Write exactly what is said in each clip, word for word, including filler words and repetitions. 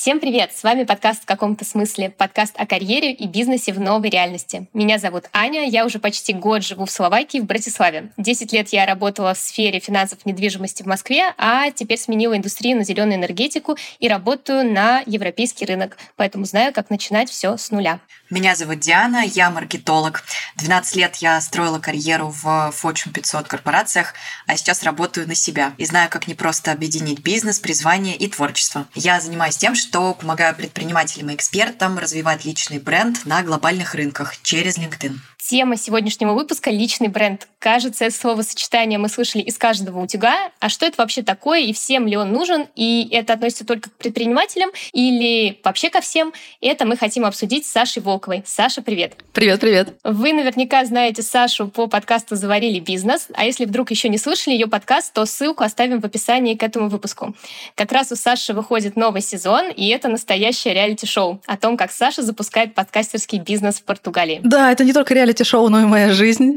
Всем привет! С вами подкаст «В каком-то смысле», подкаст о карьере и бизнесе в новой реальности. Меня зовут Аня, я уже почти год живу в Словакии, в Братиславе. Десять лет я работала в сфере финансов недвижимости в Москве, а теперь сменила индустрию на зеленую энергетику и работаю на европейский рынок, поэтому знаю, как начинать все с нуля. Меня зовут Диана, я маркетолог. двенадцать лет я строила карьеру в Fortune пятьсот корпорациях, а сейчас работаю на себя и знаю, как непросто объединить бизнес, призвание и творчество. Я занимаюсь тем, что помогаю предпринимателям и экспертам развивать личный бренд на глобальных рынках через LinkedIn. Тема сегодняшнего выпуска — личный бренд. Кажется, это словосочетание мы слышали из каждого утюга. А что это вообще такое и всем ли он нужен? И это относится только к предпринимателям или вообще ко всем? Это мы хотим обсудить с Сашей Волковой. Саша, привет. Привет, привет. Вы наверняка знаете Сашу по подкасту «Заварили бизнес». А если вдруг еще не слышали ее подкаст, то ссылку оставим в описании к этому выпуску. Как раз у Саши выходит новый сезон, и это настоящее реалити-шоу о том, как Саша запускает подкастерский бизнес в Португалии. Да, это не только реалити шоу, но и моя жизнь.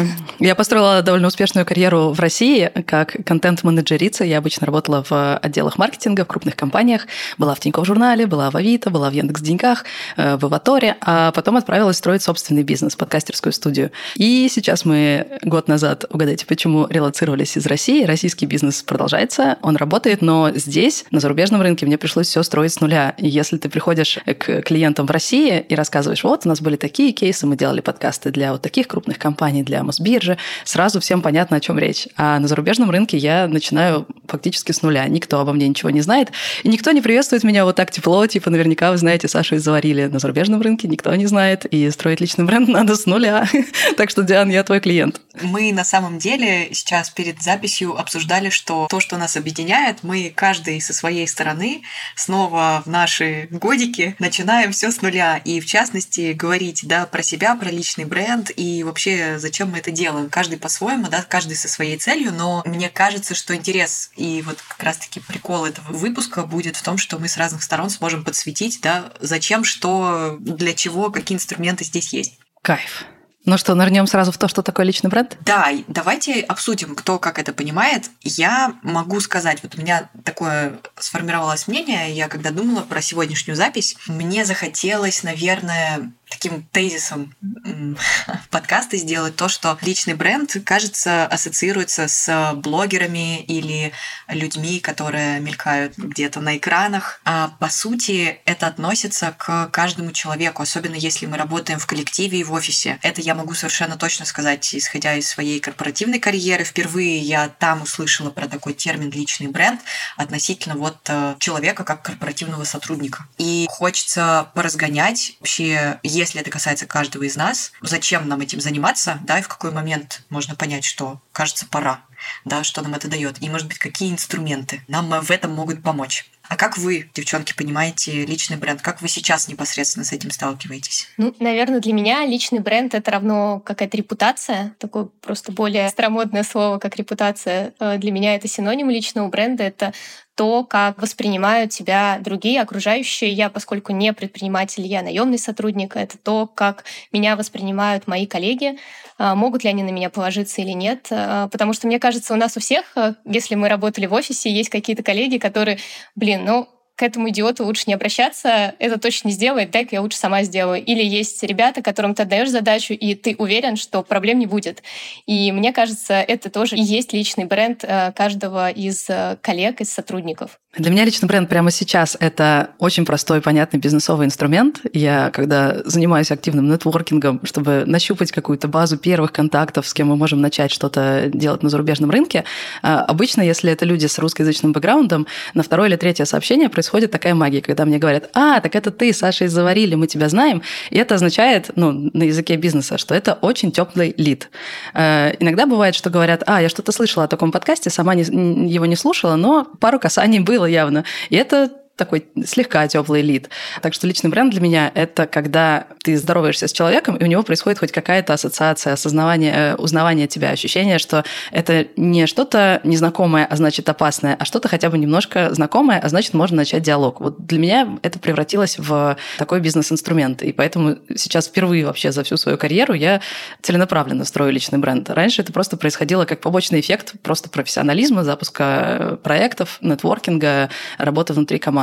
Я построила довольно успешную карьеру в России как контент-менеджерица. Я обычно работала в отделах маркетинга в крупных компаниях. Была в Тинькофф журнале, была в Авито, была в Яндекс.Деньгах, в Иваторе, а потом отправилась строить собственный бизнес, подкастерскую студию. И сейчас мы год назад, угадайте, почему, релоцировались из России. Российский бизнес продолжается, он работает, но здесь, на зарубежном рынке, мне пришлось все строить с нуля. И если ты приходишь к клиентам в России и рассказываешь, вот, у нас были такие кейсы, мы делали подкасты для вот таких крупных компаний, для Мосбиржи, сразу всем понятно, о чем речь. А на зарубежном рынке я начинаю фактически с нуля. Никто обо мне ничего не знает, и никто не приветствует меня вот так тепло, типа наверняка вы знаете Сашу из «Заварили». На зарубежном рынке никто не знает, и строить личный бренд надо с нуля. Так что, Диан, я твой клиент. Мы на самом деле сейчас перед записью обсуждали, что то, что нас объединяет, мы каждый со своей стороны снова в наши годики начинаем все с нуля. И в частности говорить, да, про себя, про личный бренд и вообще зачем мы это делаем. Каждый по-своему, да, каждый со своей целью, но мне кажется, что интерес и вот как раз-таки прикол этого выпуска будет в том, что мы с разных сторон сможем подсветить, да, зачем, что, для чего, какие инструменты здесь есть. Кайф. Ну что, нырнем сразу в то, что такое личный бренд? Да, давайте обсудим, кто как это понимает. Я могу сказать, вот у меня такое сформировалось мнение, я когда думала про сегодняшнюю запись, мне захотелось, наверное, таким тезисом подкаста сделать то, что личный бренд, кажется, ассоциируется с блогерами или людьми, которые мелькают где-то на экранах. А по сути это относится к каждому человеку, особенно если мы работаем в коллективе и в офисе. Это я могу совершенно точно сказать, исходя из своей корпоративной карьеры. Впервые я там услышала про такой термин «личный бренд» относительно вот человека как корпоративного сотрудника. И хочется поразгонять вообще, если это касается каждого из нас, зачем нам этим заниматься, да, и в какой момент можно понять, что, кажется, пора, да, что нам это дает, и, может быть, какие инструменты нам в этом могут помочь. А как вы, девчонки, понимаете личный бренд? Как вы сейчас непосредственно с этим сталкиваетесь? Ну, наверное, для меня личный бренд — это равно какая-то репутация. Такое просто более старомодное слово, как репутация. Для меня это синоним личного бренда. Это то, как воспринимают тебя другие, окружающие. Я, поскольку не предприниматель, я наемный сотрудник. Это то, как меня воспринимают мои коллеги. Могут ли они на меня положиться или нет. Потому что, мне кажется, у нас у всех, если мы работали в офисе, есть какие-то коллеги, которые, блин, ну, к этому идиоту лучше не обращаться, это точно не сделает, дай-ка я лучше сама сделаю. Или есть ребята, которым ты отдаешь задачу, и ты уверен, что проблем не будет. И мне кажется, это тоже и есть личный бренд каждого из коллег, из сотрудников. Для меня личный бренд прямо сейчас – это очень простой, понятный бизнесовый инструмент. Я, когда занимаюсь активным нетворкингом, чтобы нащупать какую-то базу первых контактов, с кем мы можем начать что-то делать на зарубежном рынке, обычно, если это люди с русскоязычным бэкграундом, на второе или третье сообщение происходит такая магия, когда мне говорят: «А, так это ты, Саша из «Заварили», мы тебя знаем». И это означает, ну, на языке бизнеса, что это очень теплый лид. Иногда бывает, что говорят: «А, я что-то слышала о таком подкасте, сама не, его не слушала, но пару касаний было явно». И это такой слегка теплый лид. Так что личный бренд для меня – это когда ты здороваешься с человеком, и у него происходит хоть какая-то ассоциация, осознавание, узнавание тебя, ощущение, что это не что-то незнакомое, а значит опасное, а что-то хотя бы немножко знакомое, а значит можно начать диалог. Вот для меня это превратилось в такой бизнес-инструмент. И поэтому сейчас впервые вообще за всю свою карьеру я целенаправленно строю личный бренд. Раньше это просто происходило как побочный эффект просто профессионализма, запуска проектов, нетворкинга, работы внутри команд.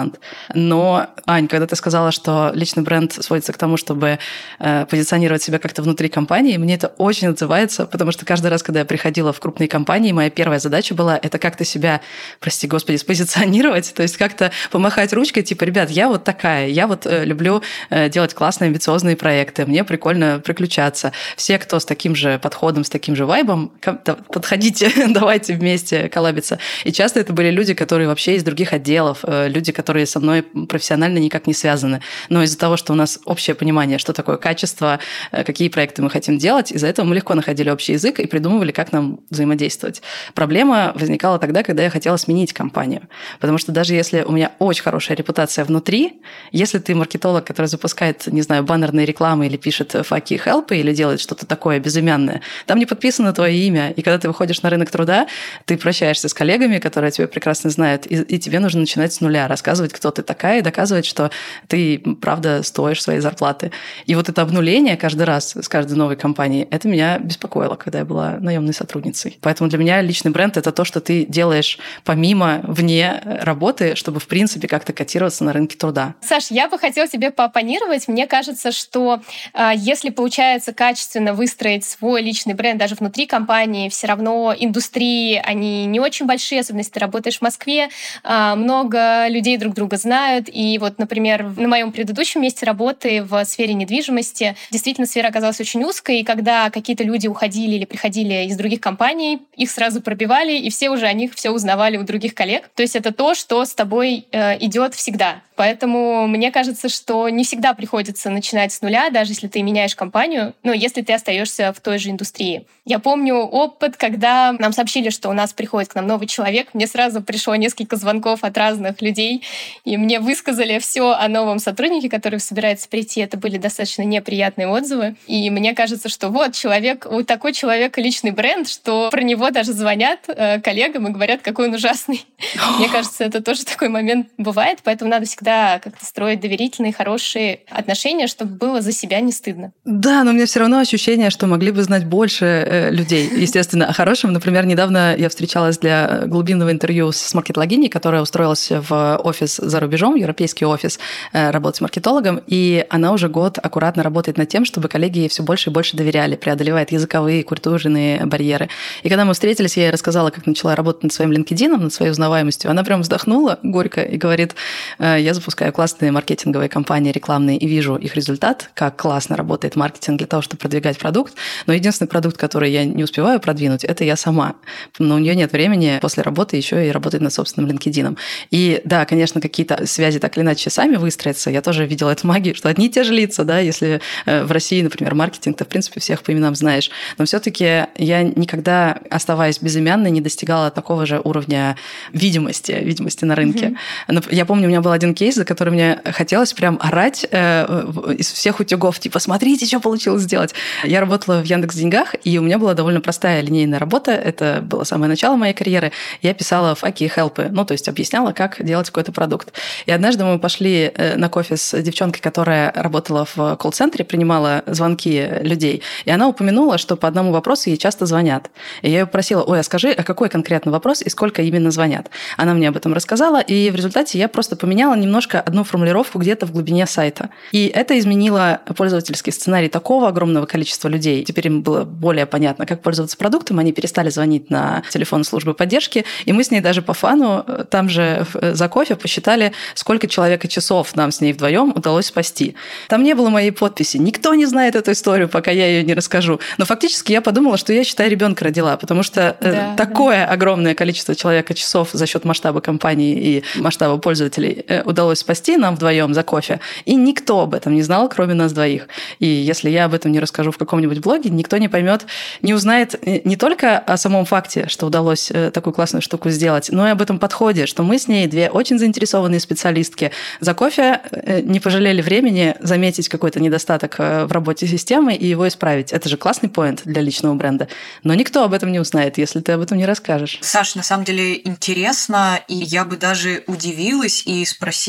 команд. Но, Ань, когда ты сказала, что личный бренд сводится к тому, чтобы э, позиционировать себя как-то внутри компании, мне это очень отзывается, потому что каждый раз, когда я приходила в крупные компании, моя первая задача была это как-то себя, прости господи, спозиционировать, то есть как-то помахать ручкой, типа, ребят, я вот такая, я вот э, люблю э, делать классные амбициозные проекты, мне прикольно приключаться. Все, кто с таким же подходом, с таким же вайбом, подходите, давайте вместе коллабиться. И часто это были люди, которые вообще из других отделов, люди, которые со мной профессионально никак не связаны. Но из-за того, что у нас общее понимание, что такое качество, какие проекты мы хотим делать, из-за этого мы легко находили общий язык и придумывали, как нам взаимодействовать. Проблема возникала тогда, когда я хотела сменить компанию. Потому что даже если у меня очень хорошая репутация внутри, если ты маркетолог, который запускает, не знаю, баннерные рекламы или пишет факи и хелпы, или делает что-то такое безымянное, там не подписано твое имя. И когда ты выходишь на рынок труда, ты прощаешься с коллегами, которые тебя прекрасно знают, и, и тебе нужно начинать с нуля, рассказывать, кто ты такая, и доказывать, что ты, правда, стоишь своей зарплаты. И вот это обнуление каждый раз с каждой новой компанией, это меня беспокоило, когда я была наемной сотрудницей. Поэтому для меня личный бренд – это то, что ты делаешь помимо, вне работы, чтобы, в принципе, как-то котироваться на рынке труда. Саш, я бы хотела тебе пооппонировать. Мне кажется, что э, если получается качественно выстроить свой личный бренд даже внутри компании, все равно индустрии, они не очень большие, особенно если ты работаешь в Москве, э, много людей друг друга знают. И вот, например, на моем предыдущем месте работы в сфере недвижимости действительно сфера оказалась очень узкой, и когда какие-то люди уходили или приходили из других компаний, их сразу пробивали, и все уже о них все узнавали у других коллег. То есть это то, что с тобой э, идет всегда. Поэтому мне кажется, что не всегда приходится начинать с нуля, даже если ты меняешь компанию, но если ты остаешься в той же индустрии. Я помню опыт, когда нам сообщили, что у нас приходит к нам новый человек. Мне сразу пришло несколько звонков от разных людей, и мне высказали все о новом сотруднике, который собирается прийти. Это были достаточно неприятные отзывы. И мне кажется, что вот человек, вот такой человек личный бренд, что про него даже звонят э, коллегам и говорят, какой он ужасный. Мне кажется, это тоже такой момент бывает, поэтому надо всегда как-то строить доверительные, хорошие отношения, чтобы было за себя не стыдно. Да, но у меня все равно ощущение, что могли бы знать больше э, людей, естественно, о хорошем. Например, недавно я встречалась для глубинного интервью с маркетологиней, которая устроилась в офис за рубежом, европейский офис, э, работать маркетологом, и она уже год аккуратно работает над тем, чтобы коллеги ей все больше и больше доверяли, преодолевает языковые, культурные барьеры. И когда мы встретились, я ей рассказала, как начала работать над своим LinkedIn, над своей узнаваемостью, она прям вздохнула горько и говорит: я запускаю классные маркетинговые кампании рекламные и вижу их результат, как классно работает маркетинг для того, чтобы продвигать продукт, но единственный продукт, который я не успеваю продвинуть, это я сама. Но у нее нет времени после работы еще и работать над собственным LinkedIn. И да, конечно, какие-то связи так или иначе сами выстроятся. Я тоже видела эту магию, что одни и те же лица, да, если в России, например, маркетинг, ты, в принципе, всех по именам знаешь. Но все-таки я никогда, оставаясь безымянной, не достигала такого же уровня видимости, видимости на рынке. Mm-hmm. Я помню, у меня был один кейс, за который мне хотелось прям орать э, из всех утюгов, типа, смотрите, что получилось сделать. Я работала в Яндекс.Деньгах, и у меня была довольно простая линейная работа, это было самое начало моей карьеры. Я писала факи и хелпы, ну, то есть объясняла, как делать какой-то продукт. И однажды мы пошли на кофе с девчонкой, которая работала в колл-центре, принимала звонки людей, и она упомянула, что по одному вопросу ей часто звонят. И я ее просила: ой, а скажи, а какой конкретно вопрос и сколько именно звонят? Она мне об этом рассказала, и в результате я просто поменяла немножко одну формулировку где-то в глубине сайта. И это изменило пользовательский сценарий такого огромного количества людей. Теперь им было более понятно, как пользоваться продуктом. Они перестали звонить на телефон службы поддержки, и мы с ней даже по фану там же за кофе посчитали, сколько человека часов нам с ней вдвоем удалось спасти. Там не было моей подписи. Никто не знает эту историю, пока я ее не расскажу. Но фактически я подумала, что я, считай, ребенка родила, потому что да, такое да. огромное количество человека часов за счет масштаба компании и масштаба пользователей удалось спасти нам вдвоем за кофе, и никто об этом не знал, кроме нас двоих. И если я об этом не расскажу в каком-нибудь блоге, никто не поймет, не узнает не только о самом факте, что удалось такую классную штуку сделать, но и об этом подходе, что мы с ней две очень заинтересованные специалистки за кофе не пожалели времени заметить какой-то недостаток в работе системы и его исправить. Это же классный поинт для личного бренда. Но никто об этом не узнает, если ты об этом не расскажешь. Саш, на самом деле интересно, и я бы даже удивилась и спросила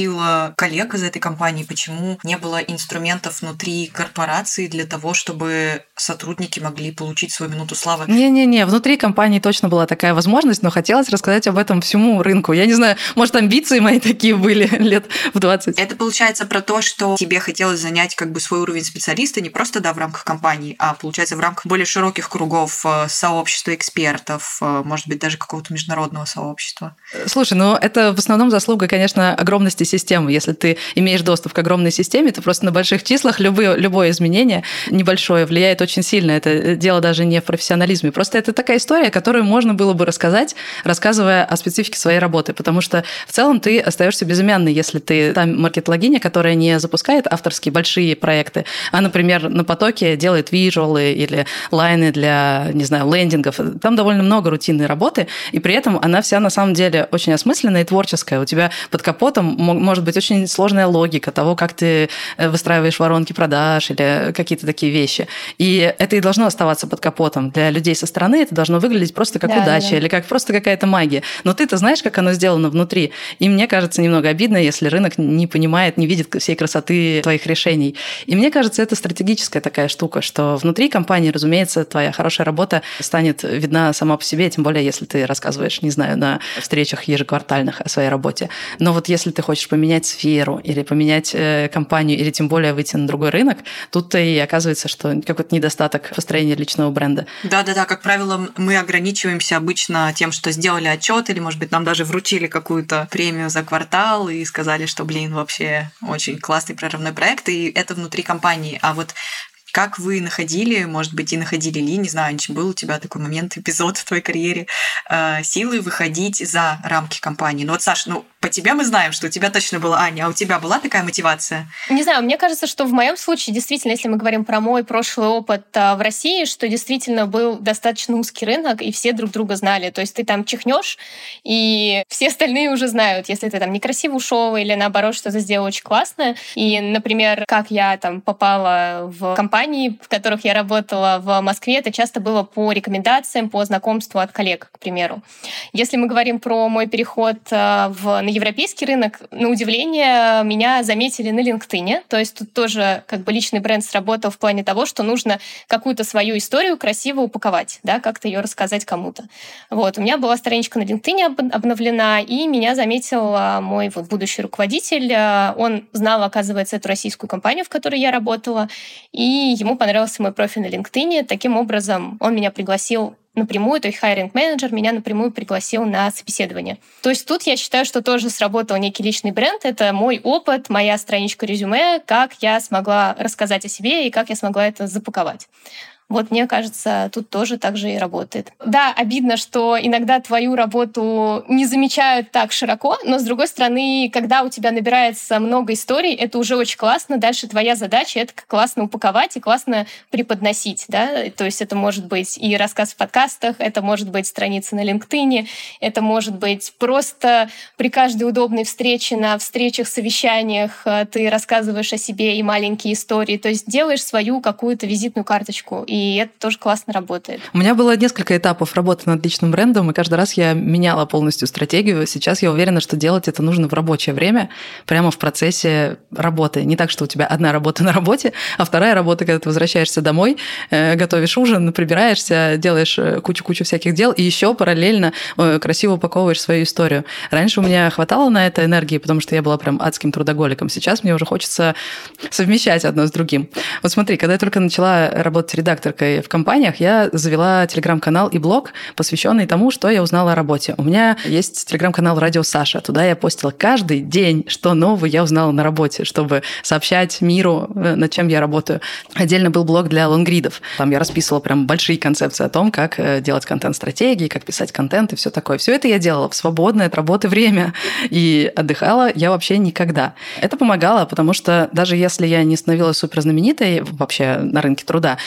уходила коллег из этой компании, почему не было инструментов внутри корпорации для того, чтобы сотрудники могли получить свою минуту славы? Не-не-не, внутри компании точно была такая возможность, но хотелось рассказать об этом всему рынку. Я не знаю, может, амбиции мои такие были лет в двадцать. Это получается про то, что тебе хотелось занять как бы свой уровень специалиста не просто, да, в рамках компании, а получается в рамках более широких кругов сообщества экспертов, может быть, даже какого-то международного сообщества. Слушай, ну это в основном заслуга, конечно, огромности системы. Если ты имеешь доступ к огромной системе, то просто на больших числах любое, любое изменение небольшое влияет очень сильно. Это дело даже не в профессионализме. Просто это такая история, которую можно было бы рассказать, рассказывая о специфике своей работы, потому что в целом ты остаешься безымянный, если ты там маркетологиня, которая не запускает авторские большие проекты, а, например, на потоке делает визуалы или лайны для, не знаю, лендингов. Там довольно много рутинной работы, и при этом она вся на самом деле очень осмысленная и творческая. У тебя под капотом может быть очень сложная логика того, как ты выстраиваешь воронки продаж или какие-то такие вещи. И это и должно оставаться под капотом. Для людей со стороны это должно выглядеть просто как да, удача да. или как просто какая-то магия. Но ты-то знаешь, как оно сделано внутри. И мне кажется немного обидно, если рынок не понимает, не видит всей красоты твоих решений. И мне кажется, это стратегическая такая штука, что внутри компании, разумеется, твоя хорошая работа станет видна сама по себе, тем более, если ты рассказываешь, не знаю, на встречах ежеквартальных о своей работе. Но вот если ты хочешь поменять сферу или поменять э, компанию, или тем более выйти на другой рынок, тут-то и оказывается, что какой-то недостаток построения личного бренда. Да-да-да, как правило, мы ограничиваемся обычно тем, что сделали отчет, или, может быть, нам даже вручили какую-то премию за квартал и сказали, что, блин, вообще очень классный прорывной проект, и это внутри компании. А вот как вы находили, может быть, и находили ли, не знаю, был у тебя такой момент, эпизод в твоей карьере, э, силы выходить за рамки компании? Ну вот, Саш, ну по тебе мы знаем, что у тебя точно была, Аня, а у тебя была такая мотивация? Не знаю, мне кажется, что в моем случае, действительно, если мы говорим про мой прошлый опыт в России, что действительно был достаточно узкий рынок, и все друг друга знали. То есть ты там чихнешь, и все остальные уже знают, если ты там некрасиво ушел или наоборот что-то сделал очень классное. И, например, как я там попала в компании, в которых я работала в Москве, это часто было по рекомендациям, по знакомству от коллег, к примеру. Если мы говорим про мой переход в на европейский рынок, на удивление, меня заметили на LinkedIn. То есть тут тоже как бы личный бренд сработал в плане того, что нужно какую-то свою историю красиво упаковать, да, как-то ее рассказать кому-то. Вот. У меня была страничка на LinkedIn обновлена, и меня заметил мой вот будущий руководитель. Он знал, оказывается, эту российскую компанию, в которой я работала, и ему понравился мой профиль на LinkedIn. Таким образом, он меня пригласил напрямую, то есть хайринг-менеджер меня напрямую пригласил на собеседование. То есть тут я считаю, что тоже сработал некий личный бренд. Это мой опыт, моя страничка резюме, как я смогла рассказать о себе и как я смогла это запаковать. Вот мне кажется, тут тоже так же и работает. Да, обидно, что иногда твою работу не замечают так широко, но, с другой стороны, когда у тебя набирается много историй, это уже очень классно. Дальше твоя задача — это классно упаковать и классно преподносить. Да? То есть это может быть и рассказ в подкастах, это может быть страница на LinkedIn, это может быть просто при каждой удобной встрече, на встречах, совещаниях ты рассказываешь о себе и маленькие истории. То есть делаешь свою какую-то визитную карточку. И И это тоже классно работает. У меня было несколько этапов работы над личным брендом, и каждый раз я меняла полностью стратегию. Сейчас я уверена, что делать это нужно в рабочее время, прямо в процессе работы. Не так, что у тебя одна работа на работе, а вторая работа, когда ты возвращаешься домой, готовишь ужин, прибираешься, делаешь кучу-кучу всяких дел, и еще параллельно красиво упаковываешь свою историю. Раньше у меня хватало на это энергии, потому что я была прям адским трудоголиком. Сейчас мне уже хочется совмещать одно с другим. Вот смотри, когда я только начала работать редактором в компаниях, я завела телеграм-канал и блог, посвященный тому, что я узнала о работе. У меня есть телеграм-канал «Радио Саша». Туда я постила каждый день, что нового я узнала на работе, чтобы сообщать миру, над чем я работаю. Отдельно был блог для лонгридов. Там я расписывала прям большие концепции о том, как делать контент-стратегии, как писать контент и все такое. Все это я делала в свободное от работы время. И отдыхала я вообще никогда. Это помогало, потому что даже если я не становилась суперзнаменитой вообще на рынке труда, но как минимум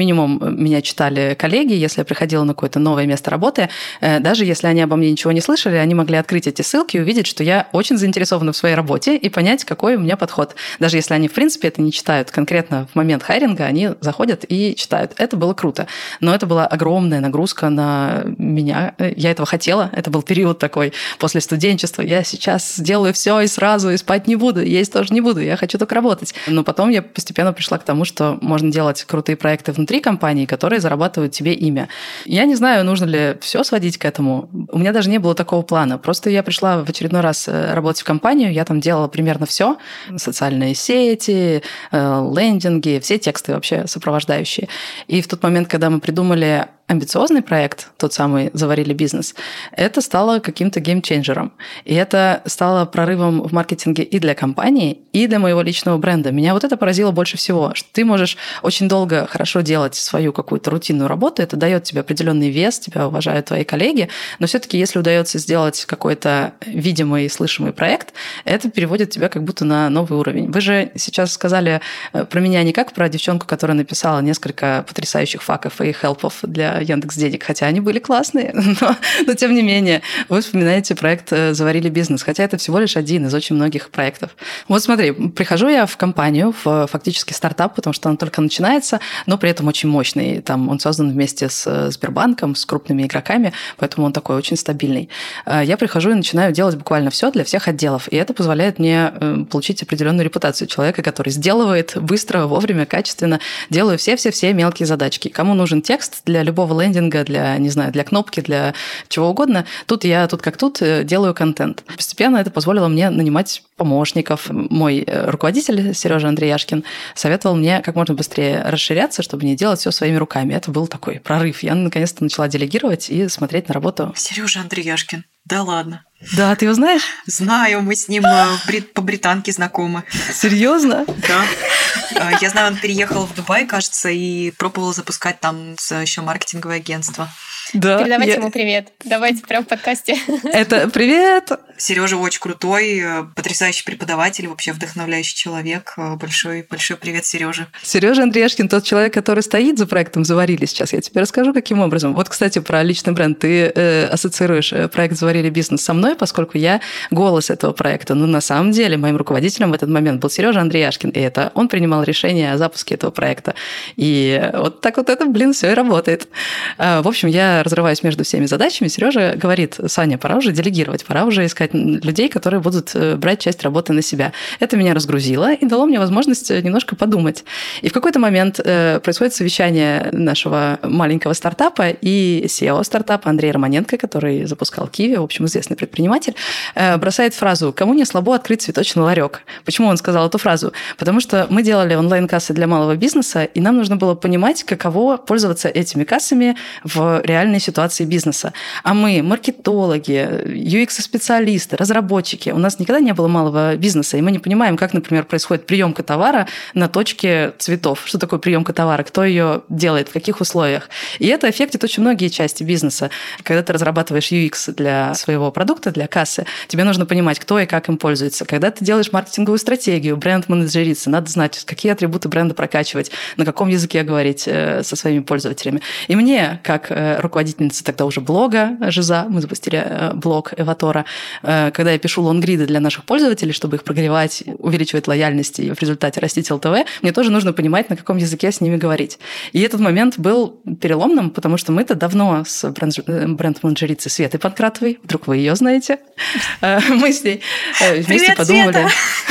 минимум меня читали коллеги, если я приходила на какое-то новое место работы, даже если они обо мне ничего не слышали, они могли открыть эти ссылки и увидеть, что я очень заинтересована в своей работе и понять, какой у меня подход. Даже если они, в принципе, это не читают конкретно в момент хайринга, они заходят и читают. Это было круто. Но это была огромная нагрузка на меня. Я этого хотела. Это был период такой после студенчества. Я сейчас сделаю все и сразу, и спать не буду, есть тоже не буду. Я хочу только работать. Но потом я постепенно пришла к тому, что можно делать крутые проекты внутри компании, которые зарабатывают тебе имя. Я не знаю, нужно ли все сводить к этому. У меня даже не было такого плана. Просто я пришла в очередной раз работать в компанию, я там делала примерно все. Социальные сети, лендинги, все тексты вообще сопровождающие. И в тот момент, когда мы придумали амбициозный проект, тот самый «Заварили бизнес», это стало каким-то геймчейнджером. И это стало прорывом в маркетинге и для компании, и для моего личного бренда. Меня вот это поразило больше всего, что ты можешь очень долго хорошо делать свою какую-то рутинную работу, это дает тебе определенный вес, тебя уважают твои коллеги, но все-таки если удается сделать какой-то видимый и слышимый проект, это переводит тебя как будто на новый уровень. Вы же сейчас сказали про меня не как про девчонку, которая написала несколько потрясающих факов и хелпов для Яндекс.Денег, хотя они были классные, но, но тем не менее вы вспоминаете проект «Заварили бизнес», хотя это всего лишь один из очень многих проектов. Вот смотри, прихожу я в компанию, в фактически стартап, потому что он только начинается, но при этом очень мощный. Там он создан вместе с Сбербанком, с крупными игроками, поэтому он такой очень стабильный. Я прихожу и начинаю делать буквально все для всех отделов, и это позволяет мне получить определенную репутацию человека, который сделывает быстро, вовремя, качественно, делаю все-все-все мелкие задачки. Кому нужен текст для любого лендинга, для, не знаю, для кнопки, для чего угодно. Тут я, тут как тут, делаю контент. Постепенно это позволило мне нанимать помощников. Мой руководитель Сережа Андреяшкин советовал мне как можно быстрее расширяться, чтобы не делать все своими руками. Это был такой прорыв. Я наконец-то начала делегировать и смотреть на работу. Сережа Андреяшкин. Да ладно. Да, ты его знаешь? Знаю, мы с ним по британке знакомы. Серьезно? Да. Я знаю, он переехал в Дубай, кажется, и пробовал запускать там еще маркетинговое агентство. Да, передавайте я... ему привет. Давайте прям в подкасте. Это привет! Сережа очень крутой, потрясающий преподаватель, вообще вдохновляющий человек. Большой, большой привет, Сережа. Сережа Андреяшкин, тот человек, который стоит за проектом «Заварили». Сейчас я тебе расскажу, каким образом. Вот, кстати, про личный бренд. Ты э, ассоциируешь проект «Заварили бизнес» со мной, поскольку я голос этого проекта. Но на самом деле моим руководителем в этот момент был Сережа Андреяшкин, и это он принимал решение о запуске этого проекта. И вот так вот это, блин, все и работает. В общем, я разрываюсь между всеми задачами. Сережа говорит: Саня, пора уже делегировать, пора уже искать людей, которые будут брать часть работы на себя. Это меня разгрузило и дало мне возможность немножко подумать. И в какой-то момент происходит совещание нашего маленького стартапа и си и о стартапа Андрей Романенко, который запускал Киви, в общем, известный предприниматель, бросает фразу: «Кому не слабо открыть цветочный ларек?» Почему он сказал эту фразу? Потому что мы делали онлайн-кассы для малого бизнеса, и нам нужно было понимать, каково пользоваться этими кассами в реальной ситуации бизнеса. А мы, маркетологи, ю экс-специалисты, разработчики, у нас никогда не было малого бизнеса, и мы не понимаем, как, например, происходит приемка товара на точке цветов. Что такое приемка товара? Кто ее делает? В каких условиях? И это аффектит очень многие части бизнеса. Когда ты разрабатываешь ю экс для своего продукта, для кассы, тебе нужно понимать, кто и как им пользуется. Когда ты делаешь маркетинговую стратегию, бренд-менеджериться, надо знать, какие атрибуты бренда прокачивать, на каком языке говорить со своими пользователями. И мне, как руководительница тогда уже блога Жиза, мы запустили блог Эватора, когда я пишу лонгриды для наших пользователей, чтобы их прогревать, увеличивать лояльность и в результате растить эл тэ вэ, мне тоже нужно понимать, на каком языке с ними говорить. И этот момент был переломным, потому что мы-то давно с бренд-менеджерицей Светой Панкратовой, вдруг вы ее знаете, мы с ней вместе подумали.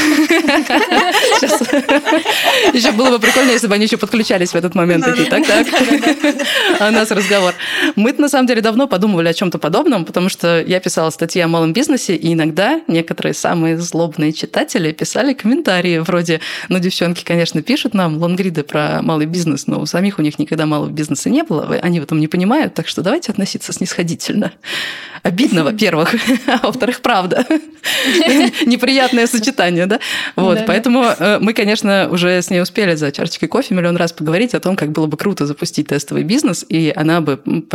Еще было бы прикольно, если бы они еще подключались в этот момент. Такие, так, так. А у нас разговор. Мы на самом деле давно подумывали о чем-то подобном, потому что я писала статьи о малом бизнесе, и иногда некоторые самые злобные читатели писали комментарии вроде: ну, девчонки, конечно, пишут нам лонгриды про малый бизнес, но у самих у них никогда малого бизнеса не было, они в этом не понимают, так что давайте относиться снисходительно. Обидно, во-первых, а во-вторых, правда. Неприятное сочетание, да? Вот, да, поэтому да. Мы, конечно, уже с ней успели за чашечкой кофе миллион раз поговорить о том, как было бы круто запустить тестовый бизнес, и она бы, по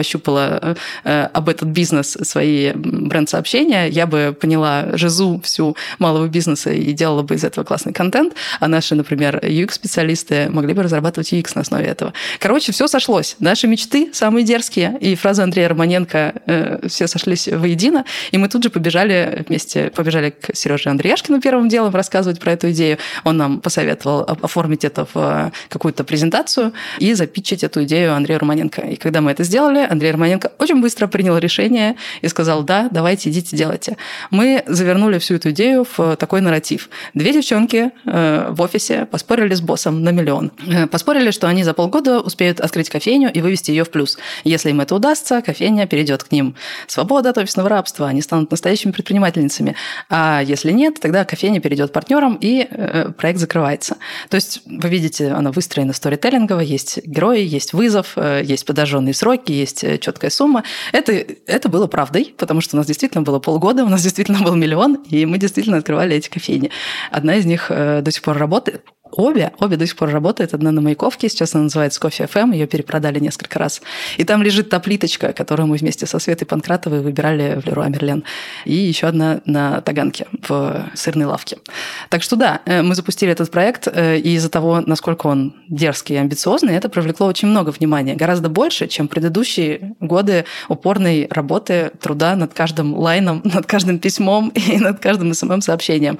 пощупала э, об этот бизнес свои бренд-сообщения, я бы поняла жизу всю малого бизнеса и делала бы из этого классный контент, а наши, например, ю экс-специалисты могли бы разрабатывать ю экс на основе этого. Короче, все сошлось. Наши мечты самые дерзкие, и фраза Андрея Романенко э, все сошлись воедино, и мы тут же побежали вместе, побежали к Сереже Андреяшкину первым делом рассказывать про эту идею. Он нам посоветовал оформить это в какую-то презентацию и запитчить эту идею Андрею Романенко. И когда мы это сделали, Андрей Романенко очень быстро принял решение и сказал: да, давайте, идите, делайте. Мы завернули всю эту идею в такой нарратив. Две девчонки э, в офисе поспорили с боссом на миллион. Э, поспорили, что они за полгода успеют открыть кофейню и вывести ее в плюс. Если им это удастся, кофейня перейдет к ним. Свобода от офисного рабства, они станут настоящими предпринимательницами. А если нет, тогда кофейня перейдет партнерам, и э, проект закрывается. То есть, вы видите, она выстроена сторителлингово, есть герои, есть вызов, э, есть подожженные сроки, есть четкая сумма. Это, это было правдой, потому что у нас действительно было полгода, у нас действительно был миллион, и мы действительно открывали эти кофейни. Одна из них э, до сих пор работает. Обе, обе до сих пор работают. Одна на Маяковке, сейчас она называется Кофе эф эм, ее перепродали несколько раз. И там лежит та плиточка, которую мы вместе со Светой Панкратовой выбирали в Леруа Мерлен. И еще одна на Таганке, в сырной лавке. Так что да, мы запустили этот проект, и из-за того, насколько он дерзкий и амбициозный, это привлекло очень много внимания. Гораздо больше, чем предыдущие годы упорной работы, труда над каждым лайном, над каждым письмом и над каждым эс эм эм-сообщением.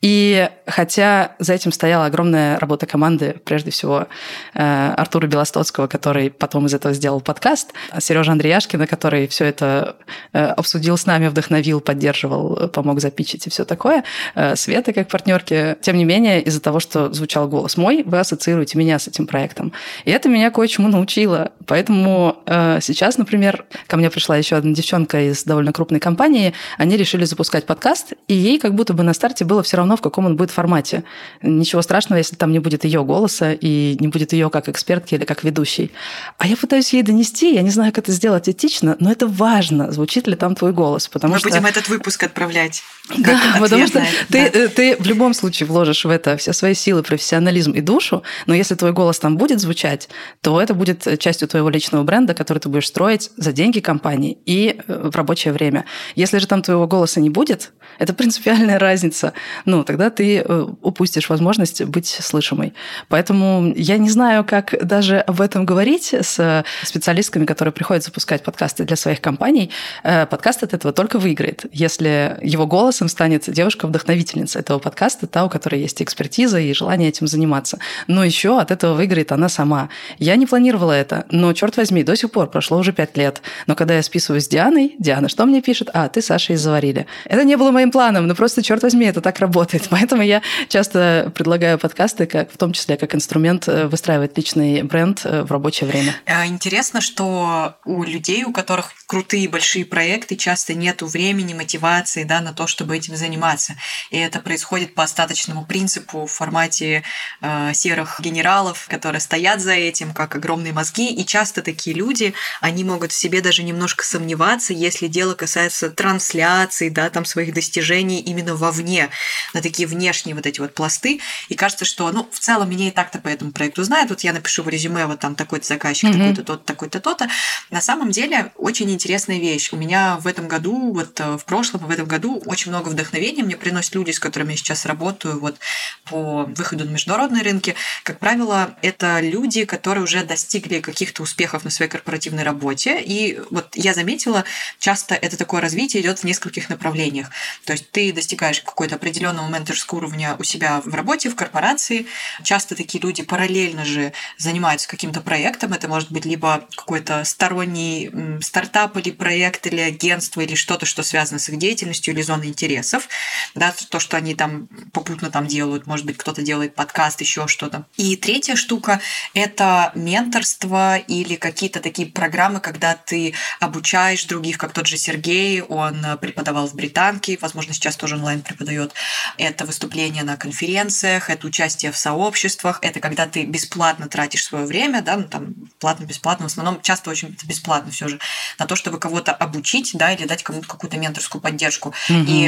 И хотя за этим стояла огромная работа команды, прежде всего Артура Белостоцкого, который потом из этого сделал подкаст, Сережа Андреяшкина, который все это обсудил с нами, вдохновил, поддерживал, помог запичить и все такое, Света как партнерки. Тем не менее, из-за того, что звучал голос мой, вы ассоциируете меня с этим проектом. И это меня кое-чему научило. Поэтому сейчас, например, ко мне пришла еще одна девчонка из довольно крупной компании, они решили запускать подкаст, и ей как будто бы на старте было все равно, в каком он будет формате. Ничего страшного, если там не будет ее голоса и не будет ее как экспертки или как ведущей. А я пытаюсь ей донести, я не знаю, как это сделать этично, но это важно, звучит ли там твой голос. Потому Мы что... будем этот выпуск отправлять. Да, потому что да. ты, ты в любом случае вложишь в это все свои силы, профессионализм и душу, но если твой голос там будет звучать, то это будет частью твоего личного бренда, который ты будешь строить за деньги компании и в рабочее время. Если же там твоего голоса не будет, это принципиальная разница. Ну, тогда ты упустишь возможность быть слышимой. Поэтому я не знаю, как даже об этом говорить с специалистками, которые приходят запускать подкасты для своих компаний. Подкаст от этого только выиграет, если его голосом станет девушка-вдохновительница этого подкаста, та, у которой есть экспертиза и желание этим заниматься. Но еще от этого выиграет она сама. Я не планировала это, но, черт возьми, до сих пор прошло уже пять лет. Но когда я списываюсь с Дианой, Диана что мне пишет? А, ты, Саша, из «Заварили». Это не было моим планом, но просто, черт возьми, это так работает. Поэтому я часто предлагаю подкасты, как, в том числе как инструмент выстраивать личный бренд в рабочее время. Интересно, что у людей, у которых крутые большие проекты, часто нету времени, мотивации, да, на то, чтобы этим заниматься. И это происходит по остаточному принципу в формате э, серых генералов, которые стоят за этим, как огромные мозги. И часто такие люди, они могут в себе даже немножко сомневаться, если дело касается трансляции, да, там своих достижений именно вовне, на такие внешние вот эти вот пласты. И кажется, что, ну, в целом меня и так-то по этому проекту знают. Вот я напишу в резюме, вот там такой-то заказчик, mm-hmm. такой-то тот, такой-то то-то. На самом деле очень интересная вещь. У меня в этом году, вот в прошлом и в этом году очень много вдохновения мне приносят люди, с которыми я сейчас работаю вот по выходу на международные рынки. Как правило, это люди, которые уже достигли каких-то успехов на своей корпоративной работе. И вот я заметила, часто это такое развитие идет в нескольких направлениях. То есть ты достигаешь какой-то определенного менторского уровня у себя в работе, в корпорации. Часто такие люди параллельно же занимаются каким-то проектом. Это может быть либо какой-то сторонний стартап или проект, или агентство, или что-то, что связано с их деятельностью или зоной интересов. Да, то, что они там попутно там делают. Может быть, кто-то делает подкаст, еще что-то. И третья штука – это менторство или какие-то такие программы, когда ты обучаешь других, как тот же Сергей, он преподавал в Британке, возможно, сейчас тоже онлайн преподает. Это выступления на конференциях, это участие в сообществах, это когда ты бесплатно тратишь свое время, да, ну там платно-бесплатно, в основном часто очень бесплатно все же, на то, чтобы кого-то обучить, да, или дать кому-то какую-то менторскую поддержку. Mm-hmm. И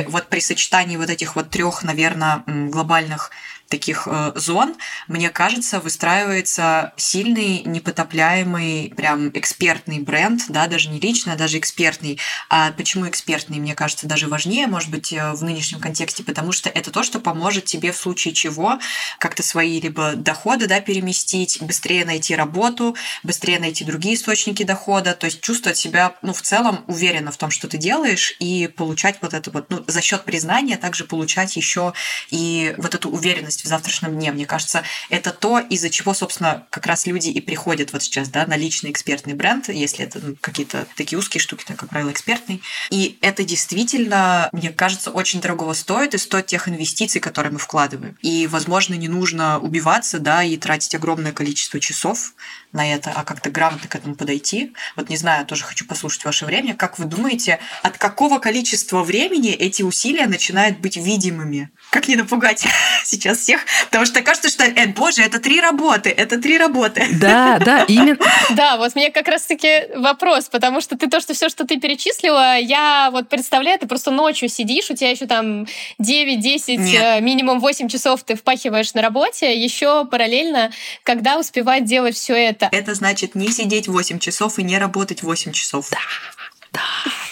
вот при сочетании вот этих вот трех, наверное, глобальных таких э, зон, мне кажется, выстраивается сильный, непотопляемый, прям экспертный бренд, да, даже не лично, а даже экспертный. А почему экспертный, мне кажется, даже важнее, может быть, в нынешнем контексте, потому что это то, что поможет тебе в случае чего как-то свои либо доходы, да, переместить, быстрее найти работу, быстрее найти другие источники дохода, то есть чувствовать себя, ну, в целом уверенно в том, что ты делаешь, и получать вот это вот, ну, за счет признания также получать еще и вот эту уверенность в завтрашнем дне. Мне кажется, это то, из-за чего, собственно, как раз люди и приходят вот сейчас, да, на личный экспертный бренд, если это ну, какие-то такие узкие штуки, то, как правило, экспертный. И это действительно, мне кажется, очень дорого стоит и стоит тех инвестиций, которые мы вкладываем. И, возможно, не нужно убиваться, да, и тратить огромное количество часов на это, а как-то грамотно к этому подойти. Вот не знаю, тоже хочу послушать ваше время. Как вы думаете, от какого количества времени эти усилия начинают быть видимыми? Как не напугать сейчас всех? Потому что кажется, что, э, боже, это три работы, это три работы. Да, да, именно. Да, вот мне как раз-таки вопрос, потому что ты то, что все, что ты перечислила, я вот представляю, ты просто ночью сидишь, у тебя еще там девять-десять, минимум восемь часов ты впахиваешь на работе, еще параллельно, когда успевать делать все это. Это значит не сидеть восемь часов и не работать восемь часов. Да, да.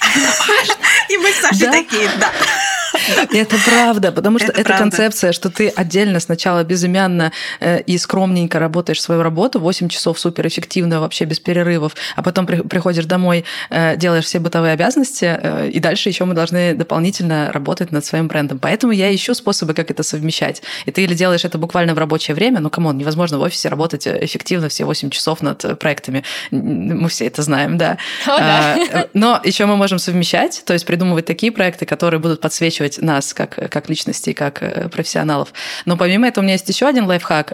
И мы с Сашей такие, да. Это правда, потому что это эта правда. концепция, что ты отдельно сначала безымянно э, и скромненько работаешь свою работу, восемь часов суперэффективно, вообще без перерывов, а потом при, приходишь домой, э, делаешь все бытовые обязанности, э, и дальше еще мы должны дополнительно работать над своим брендом. Поэтому я ищу способы, как это совмещать. И ты или делаешь это буквально в рабочее время, ну, камон, невозможно в офисе работать эффективно все восемь часов над проектами. Мы все это знаем, да. О, да. А, но еще мы можем совмещать, то есть придумывать такие проекты, которые будут подсвечивать нас как, как личностей, как профессионалов. Но помимо этого у меня есть еще один лайфхак.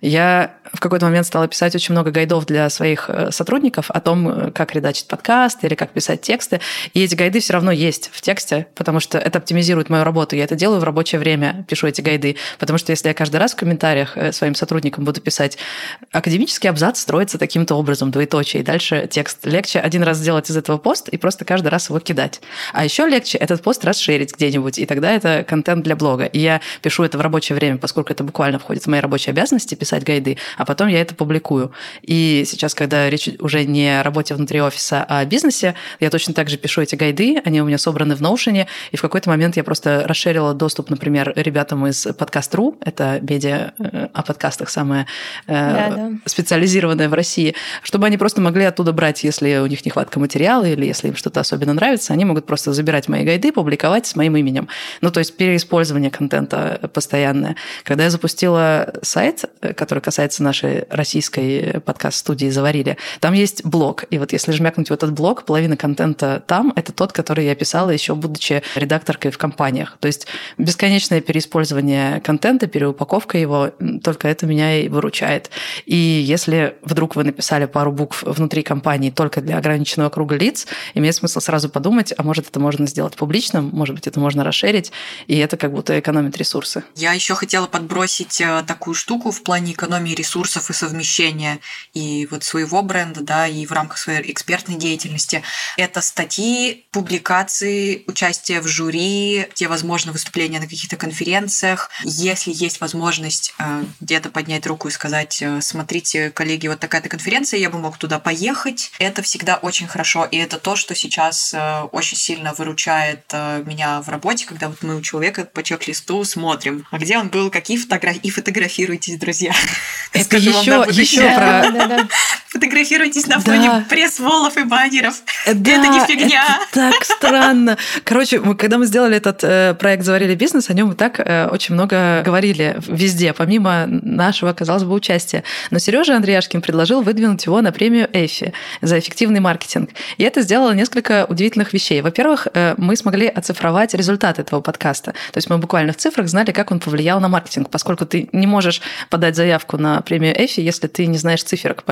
Я в какой-то момент стала писать очень много гайдов для своих сотрудников о том, как редачить подкаст или как писать тексты. И эти гайды все равно есть в тексте, потому что это оптимизирует мою работу. Я это делаю в рабочее время, пишу эти гайды. Потому что если я каждый раз в комментариях своим сотрудникам буду писать академический абзац строится таким-то образом, двоеточие, и дальше текст. Легче один раз сделать из этого пост и просто каждый раз его кидать. А еще легче этот пост расширить где-нибудь, и тогда это контент для блога. И я пишу это в рабочее время, поскольку это буквально входит в мои рабочие обязанности писать гайды, а потом я это публикую. И сейчас, когда речь уже не о работе внутри офиса, а о бизнесе, я точно так же пишу эти гайды, они у меня собраны в Notion, и в какой-то момент я просто расширила доступ, например, ребятам из подкаст точка ру, это медиа о подкастах самое да, да. специализированное в России, чтобы они просто могли оттуда брать, если у них нехватка материала или если им что-то особенно нравится, они могут просто забирать мои гайды, публиковать с моим именем. Ну, то есть переиспользование контента постоянное. Когда я запустила сайт, который касается нашей российской подкаст-студии «Заварили», там есть блог. И вот если жмякнуть в этот блог, половина контента там – это тот, который я писала еще будучи редакторкой в компаниях. То есть бесконечное переиспользование контента, переупаковка его, только это меня и выручает. И если вдруг вы написали пару букв внутри компании только для ограниченного круга лиц, имеет смысл сразу подумать, а может, это можно сделать публичным, может быть, это можно расширить, и это как будто экономит ресурсы. Я еще хотела подбросить такую штуку в плане экономии ресурсов и совмещения и вот своего бренда, да, и в рамках своей экспертной деятельности. Это статьи, публикации, участие в жюри, те, возможно, выступления на каких-то конференциях. Если есть возможность где-то поднять руку и сказать: смотрите, коллеги, вот такая-то конференция, я бы мог туда поехать. Это всегда очень хорошо, и это то, что сейчас очень сильно выручает меня в работе, когда вот мы у человека по чек-листу смотрим, а где он был, какие фотографии, и фотографируйтесь, друзья. Это еще, еще про... Да, да, да. Фотографируйтесь на фоне да. пресс-волов и баннеров. Да, это не фигня. Это так странно. Короче, мы, когда мы сделали этот э, проект «Заварили бизнес», о нем мы так э, очень много говорили везде, помимо нашего, казалось бы, участия. Но Сережа Андреяшкин предложил выдвинуть его на премию Эффи за эффективный маркетинг. И это сделало несколько удивительных вещей. Во-первых, э, мы смогли оцифровать результат этого подкаста. То есть мы буквально в цифрах знали, как он повлиял на маркетинг, поскольку ты не можешь подать заявку на премию Эффи, если ты не знаешь циферок. Поэтому нам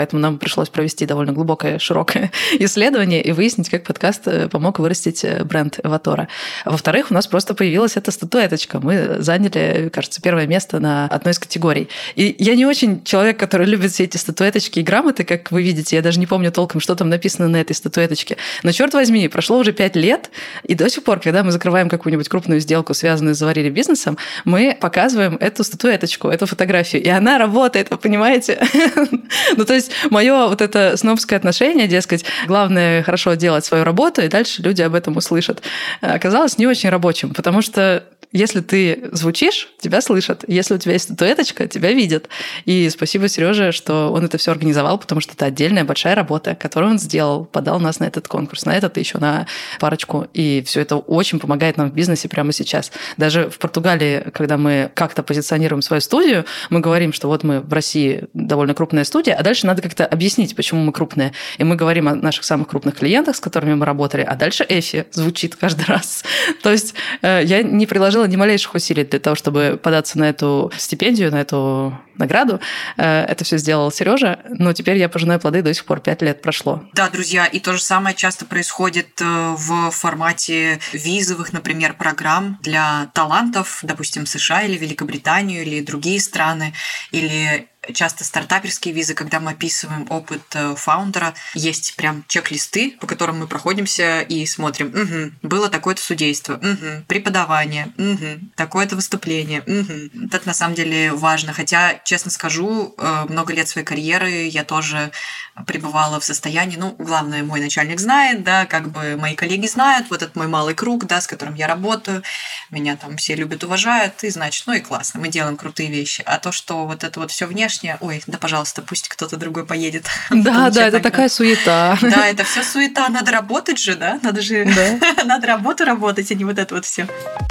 пришлось провести довольно глубокое, широкое исследование и выяснить, как подкаст помог вырастить бренд Эватора. Во-вторых, у нас просто появилась эта статуэточка. Мы заняли, кажется, первое место на одной из категорий. И я не очень человек, который любит все эти статуэточки и грамоты, как вы видите. Я даже не помню толком, что там написано на этой статуэточке. Но, черт возьми, прошло уже пять лет, и до сих пор, когда мы закрываем какую-нибудь крупную сделку, связанную с заварили бизнесом, мы показываем эту статуэточку, эту фотографию, и она работает, вы понимаете? Ну, то есть, мое вот это снобское отношение, дескать, главное хорошо делать свою работу, и дальше люди об этом услышат, оказалось не очень рабочим, потому что если ты звучишь, тебя слышат. Если у тебя есть статуэточка, тебя видят. И спасибо Сереже, что он это все организовал, потому что это отдельная большая работа, которую он сделал, подал нас на этот конкурс, на этот и еще на парочку. И все это очень помогает нам в бизнесе прямо сейчас. Даже в Португалии, когда мы как-то позиционируем свою студию, мы говорим, что вот мы в России довольно крупная студия, а дальше надо как-то объяснить, почему мы крупные. И мы говорим о наших самых крупных клиентах, с которыми мы работали, а дальше Эфи звучит каждый раз. То есть я не приложила ни малейших усилий для того, чтобы податься на эту стипендию, на эту награду. Это все сделал Сережа, но теперь я пожинаю плоды, до сих пор пять лет прошло. Да, друзья, и то же самое часто происходит в формате визовых, например, программ для талантов, допустим, США или Великобританию, или другие страны, или часто стартаперские визы, когда мы описываем опыт фаундера, есть прям чек-листы, по которым мы проходимся и смотрим, угу, было такое-то судейство, угу, преподавание, угу, такое-то выступление. Угу. Это на самом деле важно. Хотя, честно скажу, много лет своей карьеры я тоже пребывала в состоянии, ну, главное, мой начальник знает, да, как бы мои коллеги знают, вот этот мой малый круг, да, с которым я работаю, меня там все любят, уважают, и значит, ну и классно, мы делаем крутые вещи. А то, что вот это вот все внешнее, ой, да, пожалуйста, пусть кто-то другой поедет. Да, да, это такая суета. Да, это все суета, надо работать же, да, надо же, надо работу работать, а не вот это вот все.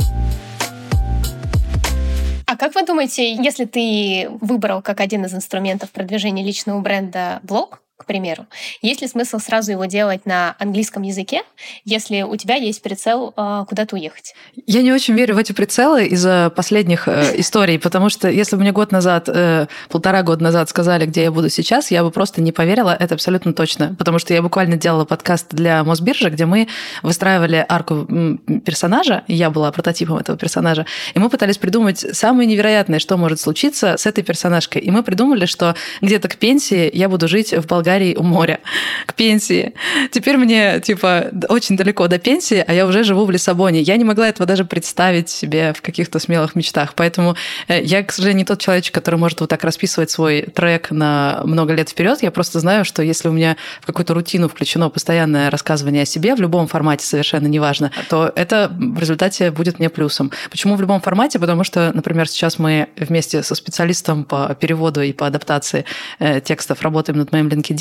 А как вы думаете, если ты выбрал как один из инструментов продвижения личного бренда блог, к примеру, есть ли смысл сразу его делать на английском языке, если у тебя есть прицел э, куда-то уехать? Я не очень верю в эти прицелы из-за последних э, историй, потому что если бы мне год назад, э, полтора года назад сказали, где я буду сейчас, я бы просто не поверила, это абсолютно точно, потому что я буквально делала подкаст для Мосбиржи, где мы выстраивали арку персонажа, и я была прототипом этого персонажа, и мы пытались придумать самое невероятное, что может случиться с этой персонажкой, и мы придумали, что где-то к пенсии я буду жить в Болгарии, у моря, к пенсии. Теперь мне, типа, очень далеко до пенсии, а я уже живу в Лиссабоне. Я не могла этого даже представить себе в каких-то смелых мечтах. Поэтому я, к сожалению, не тот человечек, который может вот так расписывать свой трек на много лет вперед. Я просто знаю, что если у меня в какую-то рутину включено постоянное рассказывание о себе в любом формате, совершенно неважно, то это в результате будет мне плюсом. Почему в любом формате? Потому что, например, сейчас мы вместе со специалистом по переводу и по адаптации текстов работаем над моим LinkedIn,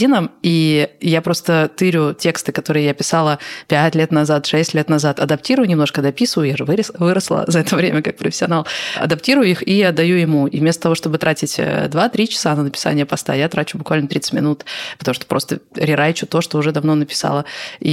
и я просто тырю тексты, которые я писала пять лет назад, шесть лет назад, адаптирую немножко, дописываю, я же вырос, выросла за это время как профессионал, адаптирую их и отдаю ему. И вместо того, чтобы тратить два-три часа на написание поста, я трачу буквально тридцать минут, потому что просто рерайчу то, что уже давно написала.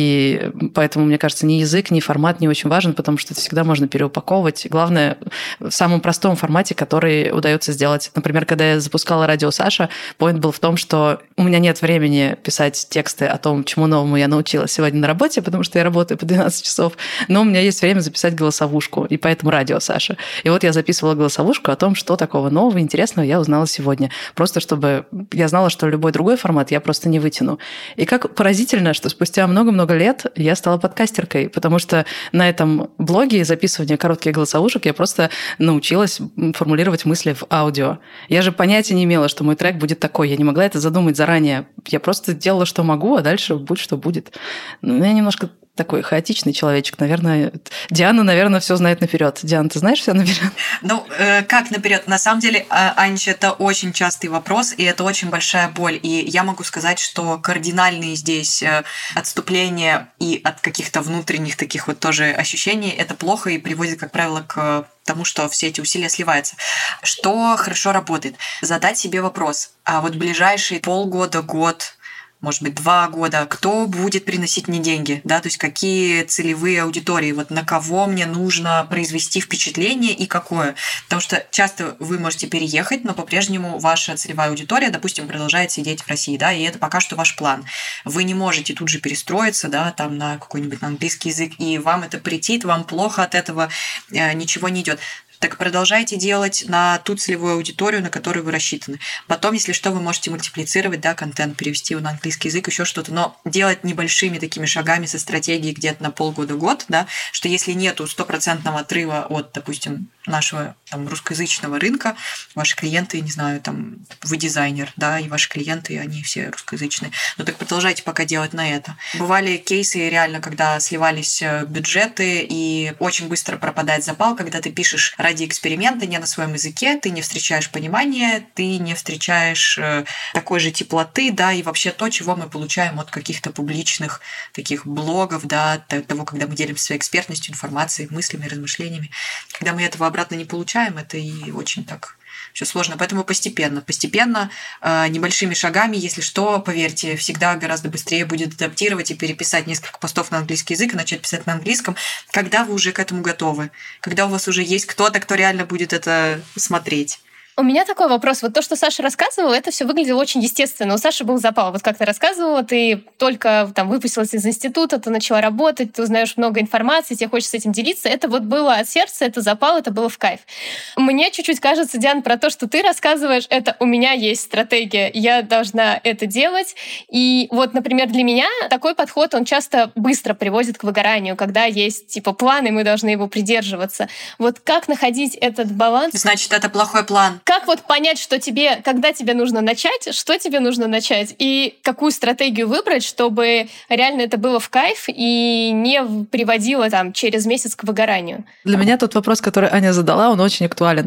И поэтому, мне кажется, ни язык, ни формат не очень важен, потому что это всегда можно переупаковывать. Главное, в самом простом формате, который удается сделать. Например, когда я запускала «Радио Саша», поинт был в том, что у меня нет времени времени писать тексты о том, чему новому я научилась сегодня на работе, потому что я работаю по двенадцать часов, но у меня есть время записать голосовушку, и поэтому «Радио Саша». И вот я записывала голосовушку о том, что такого нового, интересного я узнала сегодня. Просто чтобы я знала, что любой другой формат я просто не вытяну. И как поразительно, что спустя много-много лет я стала подкастеркой, потому что на этом блоге записывания коротких голосовушек я просто научилась формулировать мысли в аудио. Я же понятия не имела, что мой трек будет такой. Я не могла это задумать заранее. Я просто делала, что могу, а дальше будь что будет. Ну, я немножко такой хаотичный человечек. Наверное, Диана, наверное, все знает наперед. Диана, ты знаешь все наперед? Ну, э, как наперед? На самом деле, Анечка, это очень частый вопрос, и это очень большая боль. И я могу сказать, что кардинальные здесь отступления и от каких-то внутренних таких вот тоже ощущений, это плохо и приводит, как правило, к тому, что все эти усилия сливаются. Что хорошо работает? Задать себе вопрос. А вот ближайшие полгода, год, может быть, два года, кто будет приносить мне деньги, да, то есть какие целевые аудитории, вот на кого мне нужно произвести впечатление и какое. Потому что часто вы можете переехать, но по-прежнему ваша целевая аудитория, допустим, продолжает сидеть в России, да, и это пока что ваш план. Вы не можете тут же перестроиться, да, там на какой-нибудь на английский язык, и вам это претит, вам плохо от этого, ничего не идет. Так продолжайте делать на ту целевую аудиторию, на которую вы рассчитаны. Потом, если что, вы можете мультиплицировать, да, контент, перевести его на английский язык, еще что-то, но делать небольшими такими шагами со стратегией где-то на полгода-год, да, что если нету стопроцентного отрыва от, допустим, нашего там, русскоязычного рынка, ваши клиенты, не знаю, там, вы дизайнер, да, и ваши клиенты, они все русскоязычные, ну так продолжайте пока делать на это. Бывали кейсы реально, когда сливались бюджеты, и очень быстро пропадает запал, когда ты пишешь ради эксперимента не на своем языке, ты не встречаешь понимания, ты не встречаешь такой же теплоты, да, и вообще то, чего мы получаем от каких-то публичных таких блогов, да, того, когда мы делимся своей экспертностью, информацией, мыслями, размышлениями. Когда мы этого обратно не получаем, это и очень так все сложно. Поэтому постепенно, постепенно, небольшими шагами, если что, поверьте, всегда гораздо быстрее будет адаптировать и переписать несколько постов на английский язык и начать писать на английском, когда вы уже к этому готовы, когда у вас уже есть кто-то, кто реально будет это смотреть. У меня такой вопрос. Вот то, что Саша рассказывала, это все выглядело очень естественно. У Саши был запал. Вот как ты рассказывала, ты только там выпустилась из института, ты начала работать, ты узнаешь много информации, тебе хочется этим делиться. Это вот было от сердца, это запал, это было в кайф. Мне чуть-чуть кажется, Диан, про то, что ты рассказываешь, это у меня есть стратегия, я должна это делать. И вот, например, для меня такой подход, он часто быстро приводит к выгоранию, когда есть типа план, и мы должны его придерживаться. Вот как находить этот баланс? Значит, это плохой план. Как вот понять, что тебе, когда тебе нужно начать, что тебе нужно начать, и какую стратегию выбрать, чтобы реально это было в кайф и не приводило там через месяц к выгоранию? Для меня тот вопрос, который Аня задала, он очень актуален.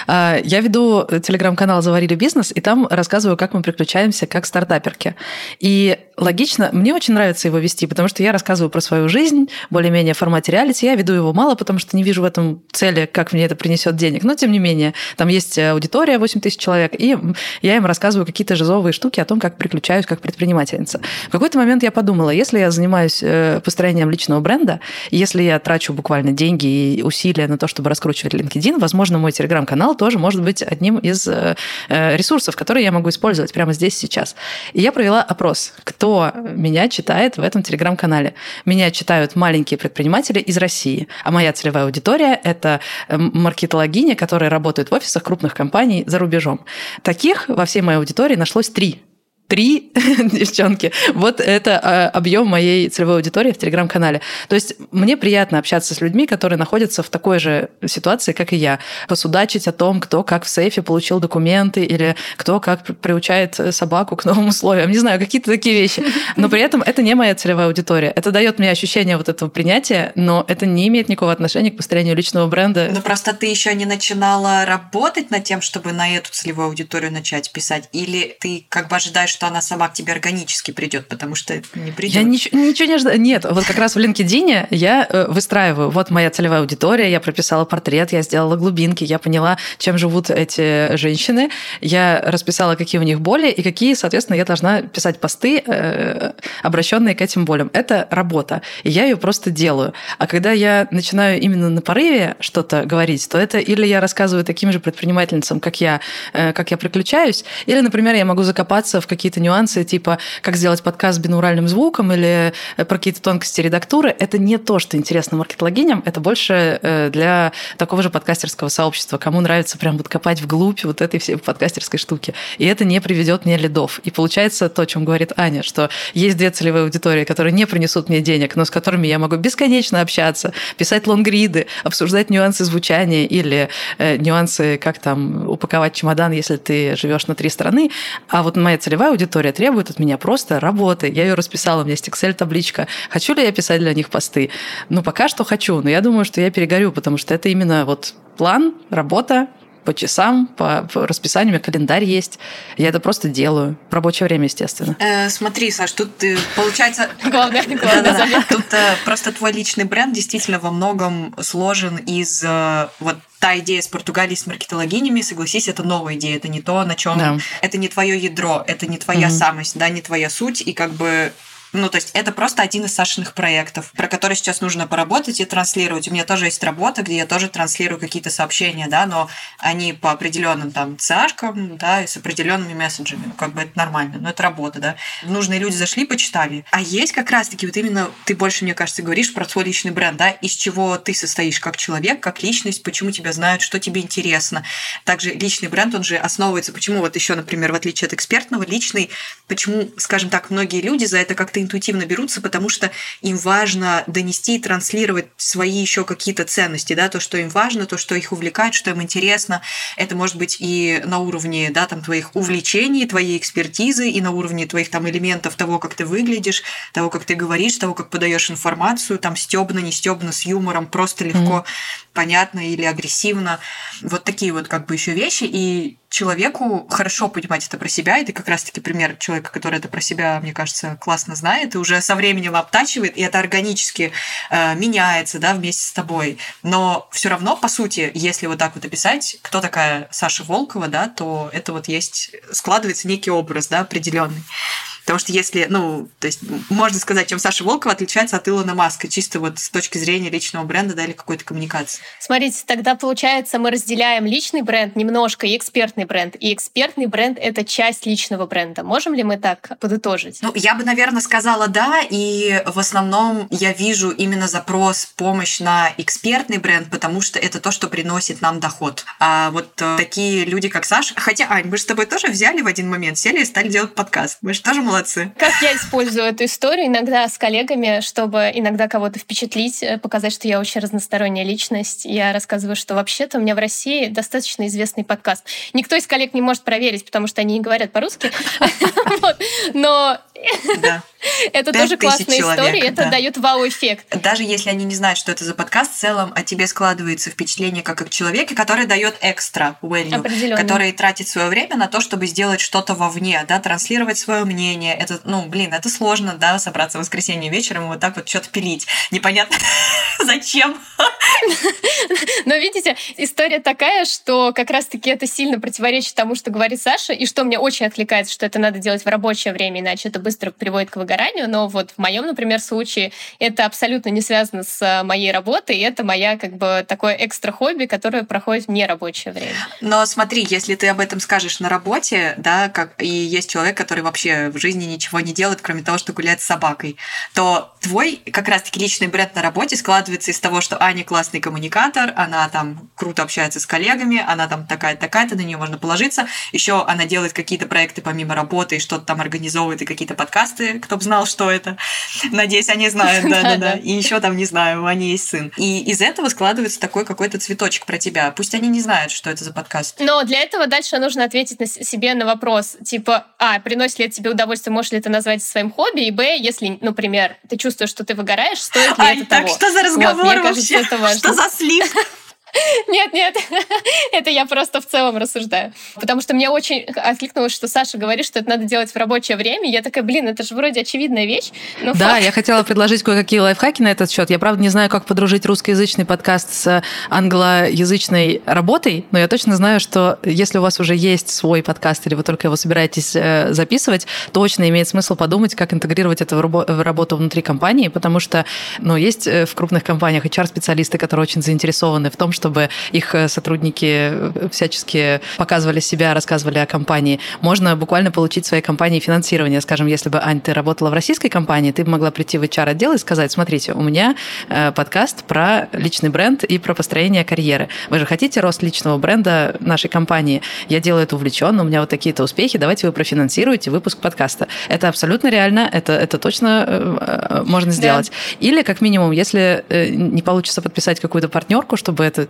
Я веду телеграм-канал «Заварили бизнес», и там рассказываю, как мы приключаемся как стартаперки. И логично, мне очень нравится его вести, потому что я рассказываю про свою жизнь, более-менее в формате реалити. Я веду его мало, потому что не вижу в этом цели, как мне это принесет денег. Но, тем не менее, там есть аудитория восемь тысяч человек, и я им рассказываю какие-то жизовые штуки о том, как приключаюсь как предпринимательница. В какой-то момент я подумала, если я занимаюсь построением личного бренда, если я трачу буквально деньги и усилия на то, чтобы раскручивать LinkedIn, возможно, мой телеграм-канал тоже может быть одним из ресурсов, которые я могу использовать прямо здесь, сейчас. И я провела опрос, кто меня читает в этом телеграм-канале. Меня читают маленькие предприниматели из России, а моя целевая аудитория – это маркетологини, которые работают в офисах крупных компаний за рубежом. Таких во всей моей аудитории нашлось три. Три девчонки. Вот это объем моей целевой аудитории в телеграм-канале. То есть мне приятно общаться с людьми, которые находятся в такой же ситуации, как и я. Посудачить о том, кто как в сейфе получил документы, или кто как приучает собаку к новым условиям. Не знаю, какие-то такие вещи. Но при этом это не моя целевая аудитория. Это дает мне ощущение вот этого принятия, но это не имеет никакого отношения к построению личного бренда. Но просто ты еще не начинала работать над тем, чтобы на эту целевую аудиторию начать писать? Или ты как бы ожидаешь, что она сама к тебе органически придет, потому что не придет. Я ничего, ничего не ожидаю. Нет, вот как раз в LinkedIn я выстраиваю, вот моя целевая аудитория, я прописала портрет, я сделала глубинки, я поняла, чем живут эти женщины, я расписала, какие у них боли и какие, соответственно, я должна писать посты, обращенные к этим болям. Это работа, и я ее просто делаю. А когда я начинаю именно на порыве что-то говорить, то это или я рассказываю таким же предпринимательницам, как я, как я приключаюсь, или, например, я могу закопаться в какие-то какие-то нюансы, типа как сделать подкаст с бинуральным звуком или про какие-то тонкости редактуры. Это не то, что интересно маркетологиням, это больше для такого же подкастерского сообщества, кому нравится прям вот копать вглубь вот этой всей подкастерской штуки. И это не приведет мне лидов. И получается то, о чем говорит Аня, что есть две целевые аудитории, которые не принесут мне денег, но с которыми я могу бесконечно общаться, писать лонгриды, обсуждать нюансы звучания или э, нюансы, как там упаковать чемодан, если ты живешь на три страны. А вот моя целевая аудитория требует от меня просто работы. Я ее расписала, у меня есть Excel-табличка. Хочу ли я писать для них посты? Ну, пока что хочу, но я думаю, что я перегорю, потому что это именно вот план, работа, по часам, по, по расписанию, у меня календарь есть. Я это просто делаю. В рабочее время, естественно. Э, смотри, Саш, тут ты, получается... Главное, главное. Тут просто твой личный бренд действительно во многом сложен из вот та идея с Португалией, с маркетологинями, согласись, это новая идея, это не то, на чем... Да. Это не твое ядро, это не твоя mm-hmm. самость, да, не твоя суть, и как бы... Ну, то есть это просто один из Сашиных проектов, про который сейчас нужно поработать и транслировать. У меня тоже есть работа, где я тоже транслирую какие-то сообщения, да, но они по определенным там цашкам, да, и с определенными месседжами. Ну, как бы это нормально, но это работа, да. Нужные люди зашли, почитали. А есть как раз-таки вот именно, ты больше, мне кажется, говоришь про свой личный бренд, да, из чего ты состоишь как человек, как личность, почему тебя знают, что тебе интересно. Также личный бренд, он же основывается, почему вот еще, например, в отличие от экспертного, личный, почему, скажем так, многие люди за это как-то интуитивно берутся, потому что им важно донести и транслировать свои еще какие-то ценности, да, то, что им важно, то, что их увлекает, что им интересно. Это может быть и на уровне, да, там, твоих увлечений, твоей экспертизы, и на уровне твоих там элементов того, как ты выглядишь, того, как ты говоришь, того, как подаешь информацию, там, стёбно, не стёбно, с юмором, просто легко, mm-hmm. понятно или агрессивно. Вот такие вот как бы еще вещи, и человеку хорошо понимать это про себя, и ты как раз-таки пример человека, который это про себя, мне кажется, классно знает, и уже со временем обтачивает, и это органически э, меняется, да, вместе с тобой. Но все равно, по сути, если вот так вот описать, кто такая Саша Волкова, да, то это вот есть, складывается некий образ, да, определенный. Потому что если, ну, то есть можно сказать, чем Саша Волкова отличается от Илона Маска, чисто вот с точки зрения личного бренда, да, или какой-то коммуникации. Смотрите, тогда получается, мы разделяем личный бренд немножко и экспертный бренд. И экспертный бренд — это часть личного бренда. Можем ли мы так подытожить? Ну, я бы, наверное, сказала да, и в основном я вижу именно запрос, помощь на экспертный бренд, потому что это то, что приносит нам доход. А вот э, такие люди, как Саша, хотя, Ань, мы же с тобой тоже взяли в один момент, сели и стали делать подкаст. Мы же тоже молодцы. Как я использую эту историю иногда с коллегами, чтобы иногда кого-то впечатлить, показать, что я очень разносторонняя личность. Я рассказываю, что вообще-то у меня в России достаточно известный подкаст. Никто из коллег не может проверить, потому что они не говорят по-русски. Но это тоже классная история, это дает вау-эффект. Даже если они не знают, что это за подкаст, в целом о тебе складывается впечатление как о человеке, который дает экстра value, который тратит свое время на то, чтобы сделать что-то вовне, да, транслировать свое мнение. Это, ну, блин, это сложно, да, собраться в воскресенье вечером и вот так вот что-то пилить. Непонятно зачем. Но видите, история такая, что как раз-таки это сильно противоречит тому, что говорит Саша, и что мне очень откликается, что это надо делать в рабочее время, иначе это быстро приводит к выгоранию. Но вот в моем, например, случае это абсолютно не связано с моей работой, и это моя как бы такое экстра-хобби, которое проходит в нерабочее время. Но смотри, если ты об этом скажешь на работе, да, как и есть человек, который вообще в жизни ничего не делает, кроме того, что гуляет с собакой, то твой как раз-таки личный бренд на работе складывается из того, что Аня классный коммуникатор, она там круто общается с коллегами, она там такая-такая-то, на нее можно положиться. Еще она делает какие-то проекты помимо работы и что-то там организовывает, и какие-то подкасты, кто бы знал, что это. Надеюсь, они знают, да-да-да. И еще там, не знаю, у Ани есть сын. И из этого складывается такой какой-то цветочек про тебя. Пусть они не знают, что это за подкаст. Но для этого дальше нужно ответить на себе на вопрос, типа, а, приносит ли это тебе удовольствие, можешь ли это назвать своим хобби, и б, если, например, ты чувствуешь, что ты выгораешь, стоит ли Ань, это так того? что за разговор вот, вообще? Кажется, это важно. Что за слив? Нет, нет, это я просто в целом рассуждаю. Потому что мне очень откликнулось, что Саша говорит, что это надо делать в рабочее время. Я такая, блин, это же вроде очевидная вещь. Но да, факт... я хотела предложить кое-какие лайфхаки на этот счет. Я, правда, не знаю, как подружить русскоязычный подкаст с англоязычной работой, но я точно знаю, что если у вас уже есть свой подкаст или вы только его собираетесь записывать, точно имеет смысл подумать, как интегрировать это в работу внутри компании, потому что ну, есть в крупных компаниях эйч ар-специалисты, которые очень заинтересованы в том, что чтобы их сотрудники всячески показывали себя, рассказывали о компании. Можно буквально получить в своей компании финансирование. Скажем, если бы, Ань, ты работала в российской компании, ты бы могла прийти в эйч ар-отдел и сказать, смотрите, у меня подкаст про личный бренд и про построение карьеры. Вы же хотите рост личного бренда нашей компании? Я делаю это увлеченно, у меня вот такие-то успехи, давайте вы профинансируете выпуск подкаста. Это абсолютно реально, это, это точно можно сделать. Да. Или, как минимум, если не получится подписать какую-то партнерку, чтобы это